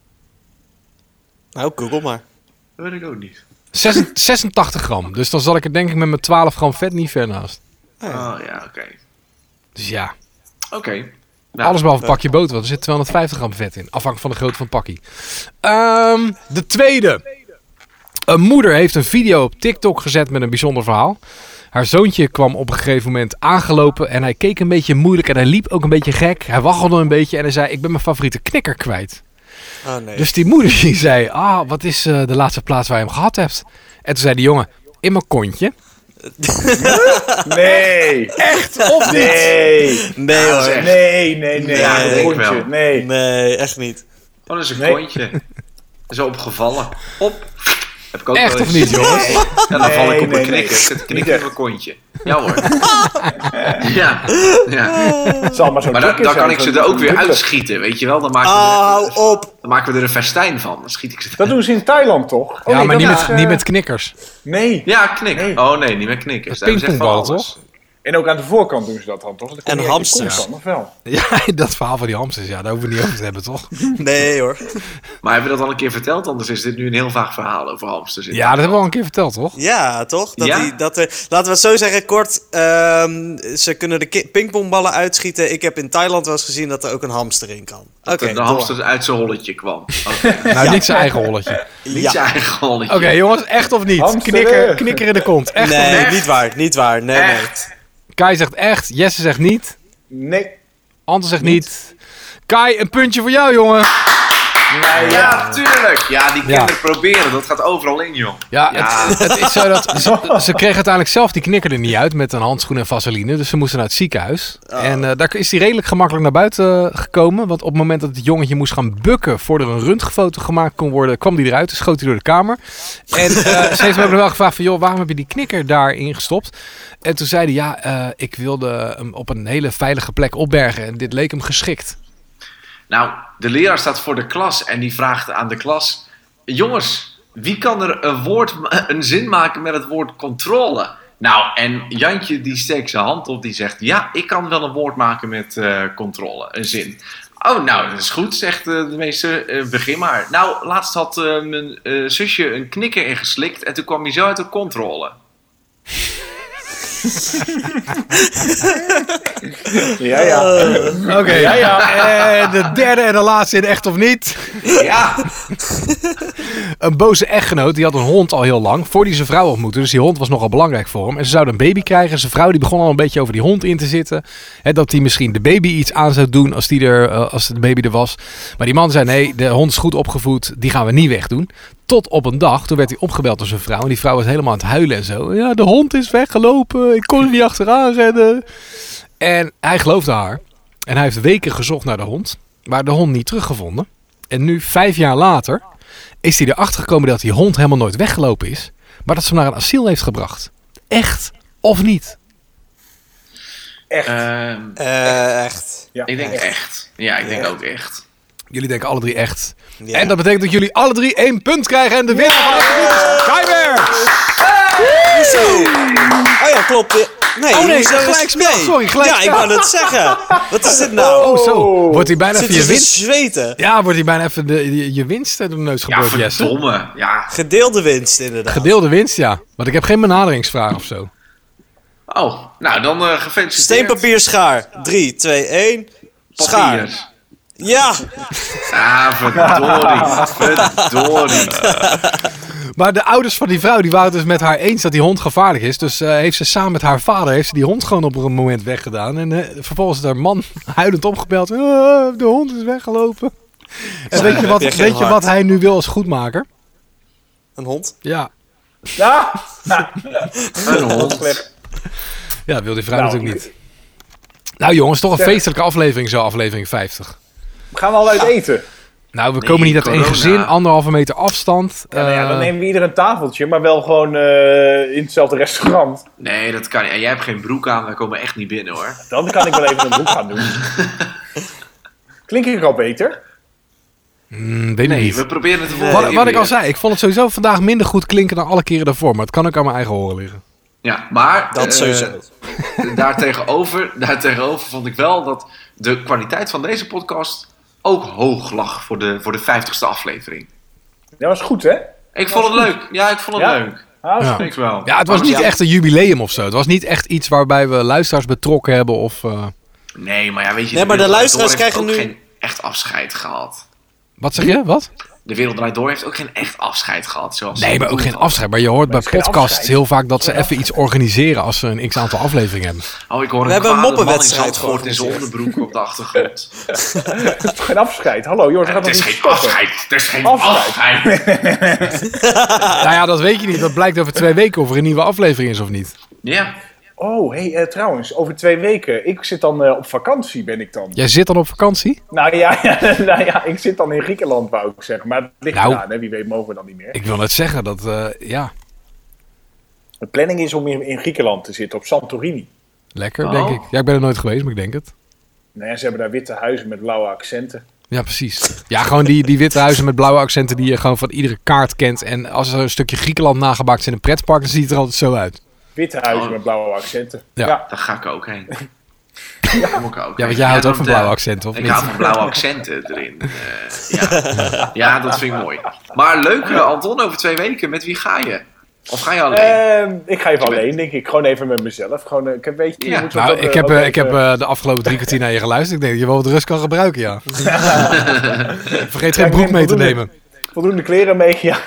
Nou, Google maar.
Dat weet ik ook niet.
Zes- zesentachtig gram. Dus dan zal ik er denk ik met mijn twaalf gram vet niet ver naast.
Oh ja, oké.
Dus ja,
Oké. Nou,
alles behalve een pakje boter. Want er zit tweehonderdvijftig gram vet in. Afhankelijk van de grootte van het pakje. Ehm, de tweede. Een moeder heeft een video op TikTok gezet met een bijzonder verhaal. Haar zoontje kwam op een gegeven moment aangelopen en hij keek een beetje moeilijk en hij liep ook een beetje gek. Hij waggelde een beetje en hij zei, ik ben mijn favoriete knikker kwijt.
Oh nee.
Dus die moeder die zei, ah, wat is uh, de laatste plaats waar je hem gehad hebt? En toen zei die jongen, in mijn kontje.
Nee.
Echt of niet?
Nee.
Nee
Ja, dat is
hoor.
echt-
Nee, nee, nee.
Ja, dat
Een
denk ik
kontje.
wel.
Nee.
Nee, echt niet.
Oh, dat is een
Nee.
kontje. Zo opgevallen. Op. Heb ik ook
Echt
wel
of
eens.
niet, jongens?
Ja, dan val ik
Nee,
op
nee,
een
nee.
knikker. Het
Niet
knikker in
echt.
mijn kontje. Ja hoor. Ja. ja.
Het zal maar zo'n
Maar dan,
kikker
dan kan
zijn,
ik ze
zo'n-
er ook
zo'n
weer
dubbele.
uitschieten, weet je wel. Dan maken,
Oh,
we,
hou
er,
op.
dan maken we er een festijn van. Dan schiet ik ze
Dat doen ze in Thailand toch? Oh,
Ja,
nee,
maar
dat
niet
is,
met,
eh,
niet met knikkers.
Nee.
Ja, knik.
Nee.
Oh nee, niet met knikkers. Daar hebben ze echt van
Pingpongballen,
alles.
En ook aan de voorkant doen ze dat dan toch? Dat
En
komt niet uit je
hamsters.
kont dan, of wel?
Ja, dat verhaal van die hamsters, ja, daar hoeven we niet over te hebben, toch?
Nee hoor.
Maar hebben we dat al een keer verteld? Anders is dit nu een heel vaag verhaal over hamsters.
Ja, dat hebben we al een keer verteld, toch?
Ja, toch? Dat
Ja?
Die, dat er, laten we het zo zeggen, kort. ehm, ze kunnen de ki- pingpongballen uitschieten. Ik heb in Thailand wel eens gezien dat er ook een hamster in kan. Oké,
Dat de
door.
hamster uit zijn holletje kwam. Oké.
Nou, niet zijn eigen holletje.
Niet
Ja.
zijn eigen holletje.
Oké, jongens, echt of niet?
Hamsteren.
Knikker, knikker in de kont. Echt of
Nee,
niet?
niet waar, niet waar. Nee, nee.
Echt.
Kai zegt echt, Jesse zegt niet,
Nee.
Anton zegt niet. Kai, een puntje voor jou, jongen.
Nee,
Ja, tuurlijk. Ja, die
Ja.
kinderen proberen. Dat gaat overal in, joh.
Ja,
Ja.
Het, het is zo dat ze, ze kregen uiteindelijk zelf die knikker er niet uit met een handschoen en vaseline. Dus ze moesten naar het ziekenhuis. En eh, daar is hij redelijk gemakkelijk naar buiten eh, gekomen. Want op het moment dat het jongetje moest gaan bukken voordat er een röntgenfoto gemaakt kon worden, kwam hij eruit en schoot hij door de kamer. En eh, ze heeft me ook nog wel gevraagd van, joh, waarom heb je die knikker daarin gestopt? En toen zei hij, ja, eh, ik wilde hem op een hele veilige plek opbergen en dit leek hem geschikt.
Nou, de leraar staat voor de klas en die vraagt aan de klas: jongens, wie kan er een, woord, een zin maken met het woord controle? Nou, en Jantje die steekt zijn hand op, die zegt: ja, ik kan wel een woord maken met eh, controle, een zin. Oh, nou, dat is goed, zegt eh, de meester. Eh, begin maar. Nou, laatst had eh, mijn eh, zusje een knikker ingeslikt en toen kwam hij zo uit de controle.
Ja, ja.
Oké, ja, ja. En de derde en de laatste in echt of niet.
Ja,
Een boze echtgenoot, die had een hond al heel lang, voor die zijn vrouw ontmoette. Dus die hond was nogal belangrijk voor hem. En ze zouden een baby krijgen. Zijn vrouw die begon al een beetje over die hond in te zitten. Hè, dat hij misschien de baby iets aan zou doen als, die er, uh, als de baby er was. Maar die man zei, nee, de hond is goed opgevoed, die gaan we niet wegdoen. Tot op een dag, toen werd hij opgebeld door zijn vrouw. En die vrouw was helemaal aan het huilen en zo. Ja, de hond is weggelopen, ik kon er niet achteraan rennen. En hij geloofde haar. En hij heeft weken gezocht naar de hond, maar de hond niet teruggevonden. En nu, vijf jaar later, is hij erachter gekomen dat die hond helemaal nooit weggelopen is. Maar dat ze hem naar een asiel heeft gebracht. Echt of niet?
Echt.
Ehm,
Eh, echt.
Ja.
ik denk echt. Ja, ik denk ook echt.
Jullie denken alle drie echt.
Ja.
En dat betekent dat jullie alle drie één punt krijgen. En de winnaar van deze week is Kai Bergs.
Zo. Oh ja, klopt. Nee,
Oh nee,
hoezo is-
gelijkspel.
nee.
Sorry, gelijkspel.
Ja, ik wou het zeggen. Wat is dit nou?
Oh zo, wordt hij bijna
Zit
even
je
je
te
winst?
zweten?
Ja, wordt hij bijna even de, je, je winst door de neus
Ja,
geboord, Jesse.
verdomme. Ja.
Gedeelde winst, inderdaad.
Gedeelde winst, ja. Want ik heb geen benaderingsvraag of zo.
Oh, nou dan eh gefeliciteerd.
Steen, papier, schaar. drie, twee, één. Schaar.
Papier.
Ja.
Ah, verdorie. Verdorie.
Maar de ouders van die vrouw die waren het dus met haar eens dat die hond gevaarlijk is. Dus uh, heeft ze samen met haar vader heeft ze die hond gewoon op een moment weggedaan. En uh, vervolgens is haar man huilend opgebeld. Uh, de hond is weggelopen. En weet je, wat,
heb je geen
weet je
hart.
wat hij nu wil als goedmaker?
Een hond?
Ja,
Ja.
Een hond.
ja wil die vrouw
Nou,
natuurlijk niet. Nou jongens, toch een
Zeg.
feestelijke aflevering zo, aflevering vijftig.
Gaan we al uit eten?
Nou, we
Nee,
komen niet uit één
corona.
gezin, anderhalve meter afstand.
Ja, nou ja, dan
Eh,
nemen we ieder een tafeltje, maar wel gewoon eh, in hetzelfde restaurant.
Nee, dat kan niet. En jij hebt geen broek aan, wij komen echt niet binnen hoor.
Dan kan ik wel even een broek gaan doen. Klink ik al beter?
mm, weet ik
Nee,
niet.
we proberen het te
Wat, wat ik al zei, ik vond het sowieso vandaag minder goed klinken dan alle keren daarvoor. Maar het kan ook aan mijn eigen horen liggen.
Ja, maar
Dat
uh,
sowieso.
daartegenover, daartegenover vond ik wel dat de kwaliteit van deze podcast ook hoog lag voor de, voor de vijftigste aflevering.
Dat was goed, hè?
Ik vond het leuk. Ja, ik vond het
Ja?
leuk.
Ah,
Ja.
Ik wel.
Ja, het was
Maar
niet
ja,
echt een jubileum of zo. Het was niet echt iets waarbij we luisteraars betrokken hebben of... uh,
Nee, maar ja, weet je...
Nee, maar de
Wereld Draait
luisteraars
Door heeft
krijgen
ook
nu-
geen echt afscheid gehad.
Wat zeg je? Wat?
De Wereld Draait Door heeft ook geen echt afscheid gehad. Zoals
Nee,
ze
maar ook
bedoeld
geen afscheid. Maar je hoort bij
het is geen
podcasts
afscheid.
heel vaak dat ze even iets organiseren als ze een x-aantal afleveringen hebben.
hadden. Oh, ik hoor
We
een
hebben een
kwade man in
moppenwedstrijd
Zandvoort in zijn
georganiseerd.
onderbroek op de achtergrond.
Het is geen afscheid. Hallo, joh, het gaat
Het
nog
is
niet
geen
stoppen.
afscheid. Het is geen
Afscheid.
afscheid.
Nou ja, dat weet je niet. Dat blijkt over twee weken of er een nieuwe aflevering is of niet.
Ja.
Oh, hé, hey, uh, trouwens, over twee weken. Ik zit dan uh, op vakantie, ben ik dan.
Jij zit dan op vakantie?
Nou ja, ja, nou ja, ik zit dan in Griekenland, wou ik zeggen. Maar het ligt
Nou.
eraan, hè. Wie weet mogen we dan niet meer.
Ik wil net zeggen dat, uh, ja,
De planning is om in, in Griekenland te zitten, op Santorini.
lekker
Oh.
denk ik. Ja, ik ben er nooit geweest, maar ik denk het.
Nou ja, ze hebben daar witte huizen met blauwe accenten.
Ja, precies. Ja, gewoon die, die witte huizen met blauwe accenten die je gewoon van iedere kaart kent. En als er een stukje Griekenland nagemaakt is in een pretpark, dan ziet het er altijd zo uit.
Witte huizen
Oh.
met blauwe accenten.
Ja.
Ja.
Daar ga ik ook heen. Daar kom ik ook
Ja,
heen.
want jij houdt ook
dat,
van
eh,
blauwe accenten, of
Ik
niet?
hou van blauwe accenten erin. Eh, ja. ja, dat vind ik mooi. Maar leuk, eh, Anton, over twee weken. Met wie ga je? Of ga je alleen?
Ehm, ik ga even
Je bent-
alleen, denk ik. Gewoon even met mezelf. Gewoon, eh, ik heb, weet je, je
Ja.
moet zo
Nou,
dat,
ik
eh,
heb,
ook
eh, ik heb
even-
eh, de afgelopen drie kwartier naar je geluisterd. Ik denk dat je wel wat rust kan gebruiken, ja. Vergeet
Ja,
geen
ik
broek
neem
mee te
voldoende-
nemen.
voldoende kleren mee. Ja.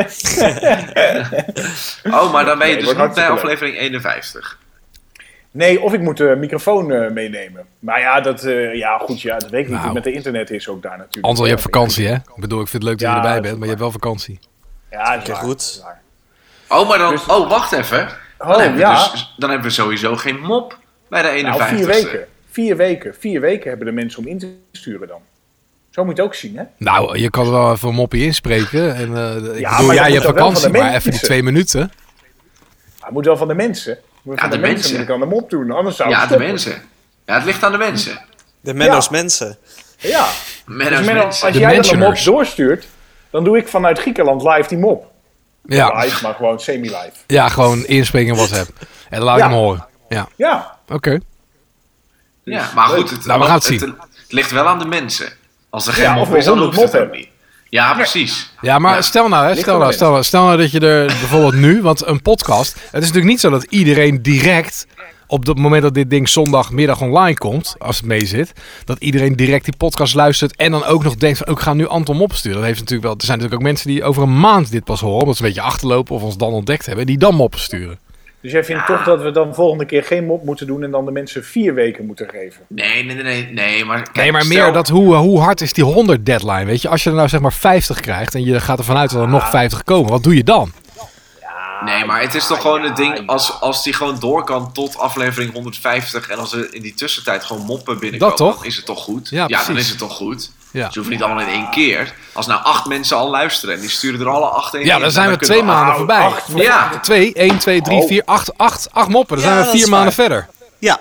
Oh, maar dan ben je
Nee,
dus
wordt
niet bij
hartstikke
aflevering eenenvijftig.
Nee, of ik moet de microfoon eh, meenemen. Maar ja, dat, eh, ja, goed, ja, dat weet ik niet.
Nou.
Met de internet is ook daar natuurlijk.
Anton, je hebt
Ja,
vakantie, hè? Ik bedoel, ik vind het leuk dat
Ja,
je erbij
dat
bent,
is
maar je hebt wel vakantie.
Ja, dat is
Kijk,
waar,
goed.
dat is waar.
Oh, maar dan...
Dus-
Oh, wacht even. Dan,
Oh,
hebben we
ja.
dus, dan hebben we sowieso geen mop bij de
Nou,
eenenvijftigste.
vier weken. Vier weken. Vier weken hebben de mensen om in te sturen dan. Zo moet je het ook zien, hè?
Nou, je kan er wel even een moppie inspreken. En, eh, ik
Ja,
bedoel,
maar
ja,
dat
je
moet
hebt
dan wel
vakantie,
van de
maar even die
mensen.
twee minuten.
Maar het moet wel van de mensen. Moet
Ja,
van de,
de
mensen
mensen.
moet ik dan de mop doen. Anders zou ik
Ja, de
stoppen.
mensen. Ja, het ligt aan de mensen.
De Menno's
Ja.
mensen.
Ja.
Menno's
Dus Menno,
mensen.
als
De
jij dan de mop
mentioners.
doorstuurt, dan doe ik vanuit Griekenland live die mop.
Ja,
Live, maar gewoon semi-live.
ja gewoon inspreken in WhatsApp. En dan laat ik
Ja.
hem horen. Ja,
Ja.
oké.
Ja, maar goed, het,
Nou, we gaan het zien.
het, het ligt wel aan de mensen. Als er geen
Ja,
mop
of we
is, dan
honderd
hoeft het
mop
ook niet. Ja, precies.
Ja, maar
Ja.
stel nou, hè,
Ligt
stel
aan
nou,
de
stel nou, stel nou dat je er bijvoorbeeld nu, want een podcast, het is natuurlijk niet zo dat iedereen direct op het moment dat dit ding zondagmiddag online komt, als het mee zit, dat iedereen direct die podcast luistert en dan ook nog denkt van, ook gaan nu Anton Mop sturen. Dat heeft natuurlijk wel, er zijn natuurlijk ook mensen die over een maand dit pas horen, omdat ze een beetje achterlopen of ons dan ontdekt hebben, die dan moppen sturen.
Dus jij vindt toch dat we dan volgende keer geen mop moeten doen en dan de mensen vier weken moeten geven?
Nee, nee, nee, nee, nee maar kijk,
Nee, maar
stel-
meer dat hoe, hoe hard is die honderd deadline, weet je? Als je er nou zeg maar vijftig krijgt en je gaat ervan uit dat er nog vijftig komen, wat doe je dan?
Nee, maar het is toch gewoon het ding, als, als die gewoon door kan tot aflevering honderdvijftig en als er in die tussentijd gewoon moppen binnenkomen,
Dat toch?
dan is het toch goed?
Ja,
dan
precies.
is het toch goed?
Ja.
Dus je hoeft niet allemaal in één keer. Als nou acht mensen al luisteren en die sturen er alle acht in.
Ja, dan zijn we
kunnen
twee maanden
Nou,
voorbij.
acht-
Ja,
Twee, één, twee, drie,
Oh.
vier, acht, acht, acht moppen. Dan
Ja,
zijn we
dat
vier
is
maanden
waar.
verder.
Ja.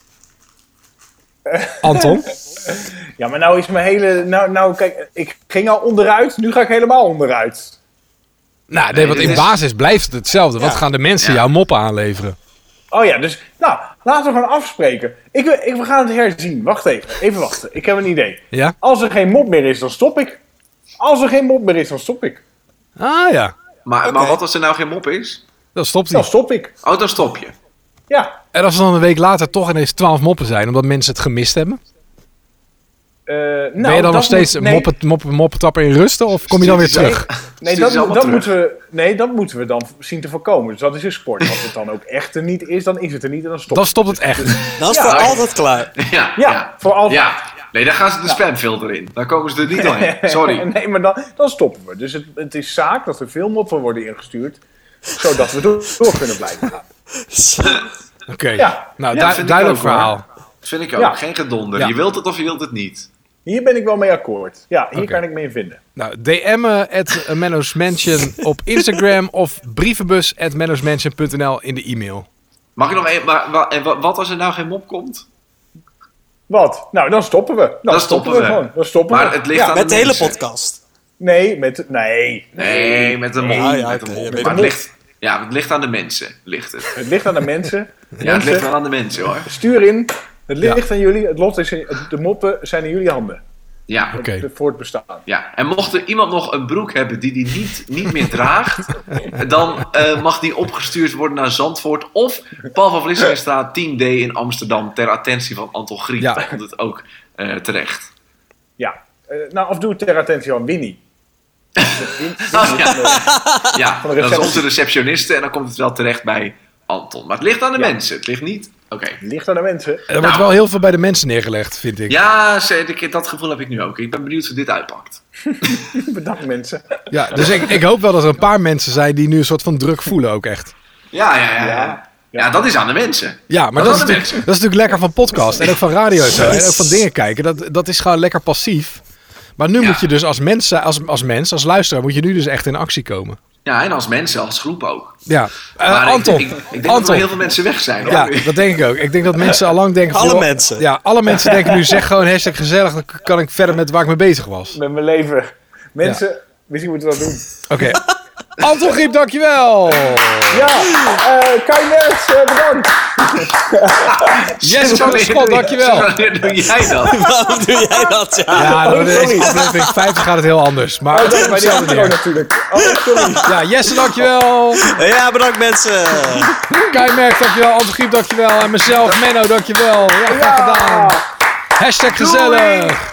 Anton?
Ja, maar nou is mijn hele... Nou, nou kijk, ik ging al onderuit, nu ga ik helemaal onderuit.
Nou, nee,
Nee,
want
dit
in
is-
basis blijft het hetzelfde. Wat
Ja.
gaan de mensen
Ja.
jouw moppen aanleveren?
Oh ja, dus... Nou, laten we gewoon afspreken. Ik, ik, we gaan het herzien. Wacht even. Even wachten. Ik heb een idee.
Ja?
Als er geen mop meer is, dan stop ik. Als er geen mop meer is, dan stop ik.
Ah ja,
maar,
Oké.
maar wat als er nou geen mop is?
dan stopt hij.
Dan stop ik.
Oh, dan stop je.
Ja.
En als er dan een week later toch ineens twaalf moppen zijn, omdat mensen het gemist hebben?
Eh, nou,
ben je dan
dat
nog steeds
moet- nee,
moppen, moppen, moppentapper in rusten? Of kom je dan weer
Stuur die
terug?
Nee,
Stuur
dat,
ze allemaal
dat
terug.
moeten we, nee, dat moeten we dan zien te voorkomen. Dus dat is een sport. Als het dan ook echt er niet is, dan is het er niet en dan stopt
Dan stopt het echt.
Dan is
Ja.
het voor altijd klaar.
Ja,
Ja,
ja.
voor altijd.
Ja. Nee, daar gaan ze de spamfilter in. Daar komen ze er niet doorheen. Sorry.
Nee, maar dan, dan stoppen we. Dus het, het is zaak dat er veel moppen worden ingestuurd, zodat we door, door kunnen blijven gaan.
Oké,
Ja.
nou,
Ja,
du-
vind ik
duidelijk
ook, hoor.
verhaal.
Dat vind ik ook.
Ja.
Geen gedonder.
Ja.
Je wilt het of je wilt het niet.
Hier ben ik wel mee akkoord. Ja, hier
Oké.
kan ik mee vinden.
Nou, D M'en at Menno's Mansion op Instagram of brievenbus at mennosmansion punt n l in de e-mail.
Mag ik nog even... Maar, wa- en wa- wat als er nou geen mop komt?
Wat? Nou, dan stoppen we. Dan,
Dan stoppen we.
gewoon. Dan stoppen
Maar
we.
het ligt
Ja.
aan
Met de hele
mensen.
podcast.
Nee, met... Nee.
Nee, met de mop.
Ja, ja,
met de
oké,
mop.
je weet
Maar
het.
het ligt, Ja, het ligt aan de mensen, ligt het.
Het ligt aan de mensen.
Ja, het
Mensen,
ligt wel aan de mensen hoor.
stuur in. Het ligt
Ja.
aan jullie. Het lot is in, de moppen zijn in jullie handen.
Ja,
Oké.
Het- Voor het bestaan.
ja. En mocht er iemand nog een broek hebben die die niet, niet meer draagt, dan eh, mag die opgestuurd worden naar Zandvoort of Paul van Vlissingenstraat tien D in Amsterdam ter attentie van Anton Griep.
Ja.
Daar komt het ook eh, terecht.
Ja. Eh, nou, of doe het ter attentie van Winnie.
Oh, ja. Ja,
de
dat is
receptie.
onze receptioniste en dan komt het wel terecht bij Anton. Maar het ligt aan de
Ja.
mensen, het ligt niet... Oké.
Het ligt aan de mensen.
Er wordt
Nou.
wel heel veel bij de mensen neergelegd, vind ik.
Ja, ze- dat gevoel heb ik nu ook. Ik ben benieuwd hoe dit uitpakt.
Bedankt mensen.
Ja, dus ik, ik hoop wel dat er een paar mensen zijn die nu een soort van druk voelen ook echt.
Ja, ja, ja.
Ja.
Ja, ja dat is aan de mensen.
Ja, maar
Dat
dat,
is
is
aan de
natuurlijk,
mensen.
dat is natuurlijk lekker van podcast en ook van radio en zo. En ook van dingen kijken. Dat, dat is gewoon lekker passief. Maar nu
Ja.
moet je dus als mens, als, als mens, als luisteraar, moet je nu dus echt in actie komen.
Ja, en als mensen, als groep ook.
Ja, Eh,
Maar
Anton.
Ik, ik, ik denk dat er
Anton.
heel veel mensen weg zijn. Hoor.
Ja, dat denk ik ook. Ik denk dat mensen al lang denken...
Alle
van,
mensen.
Ja, alle mensen denken nu, zeg gewoon hashtag gezellig. Dan kan ik verder met waar ik mee bezig was.
Met mijn leven. Mensen, misschien moeten we dat doen.
Oké. Anton Griep, dankjewel.
Ja, eh Kai Merks, eh, bedankt.
Jesse van der Schot, dankjewel.
Wanneer doe jij dat?
Waarom doe jij dat? Ja.
Ja,
Oh,
door deze
sorry.
aflevering vijftig gaat het heel anders. Maar
Oh,
het
dat
is
is bij die
hetzelfde
intro
neer.
natuurlijk. Oh, sorry.
Ja, Jesse, dankjewel.
Ja, bedankt mensen.
Kai Merk, dankjewel. Anton Griep, dankjewel. En mezelf, Menno, dankjewel. Ja, graag gedaan. Hashtag gezellig.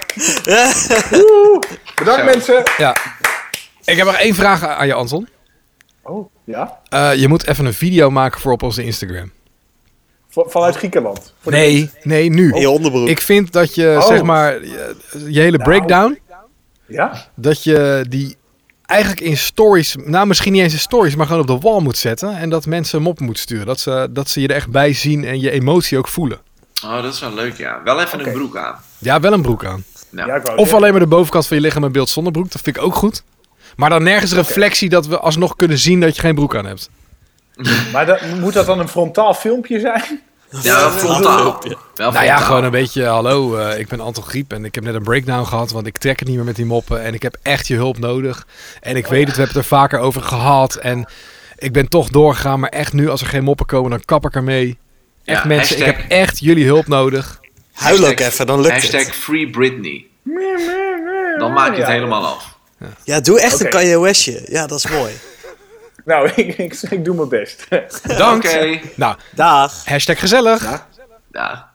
Woe. Bedankt
Zo.
mensen.
Ja. Ik heb nog één vraag aan je, Anton.
Oh, ja?
Eh, je moet even een video maken voor op onze Instagram.
V- vanuit Griekenland. Voor de
Nee, nee, nu.
In je onderbroek.
Ik vind dat je,
Oh.
zeg maar, je, je hele
Nou.
breakdown,
Ja?
dat je die eigenlijk in stories, nou misschien niet eens in stories, maar gewoon op de wall moet zetten. En dat mensen moppen moeten sturen. Dat ze, dat ze je er echt bij zien en je emotie ook voelen.
Oh, dat is wel leuk, ja. Wel even
Oké.
een broek aan.
Ja, wel een broek aan.
Nou,
Ja, ik wou
Of
zeggen.
alleen maar de bovenkant van je lichaam in beeld zonder broek. Dat vind ik ook goed. Maar dan nergens reflectie dat we alsnog kunnen zien dat je geen broek aan hebt.
Maar dat, moet dat dan een frontaal filmpje zijn?
ja, wel frontaal. Wel
Nou ja,
frontaal.
gewoon een beetje, hallo, eh, ik ben Anton Griep en ik heb net een breakdown gehad, want ik trek het niet meer met die moppen en ik heb echt je hulp nodig. En ik weet het, we hebben het er vaker over gehad en ik ben toch doorgegaan, maar echt nu, als er geen moppen komen, dan kap ik ermee. Echt
Ja,
mensen, ik
hashtag-
heb echt jullie hulp nodig.
Huil ook
Hashtag-
even, dan lukt
Hashtag
het.
Free Britney. Dan maak je het
Ja.
helemaal af.
Ja, doe echt
Oké.
een Kanye Westje. Ja, dat is mooi.
Nou, ik, ik, ik doe mijn best.
Dank.
Oké.
Nou,
Dag.
hashtag gezellig.
Ja.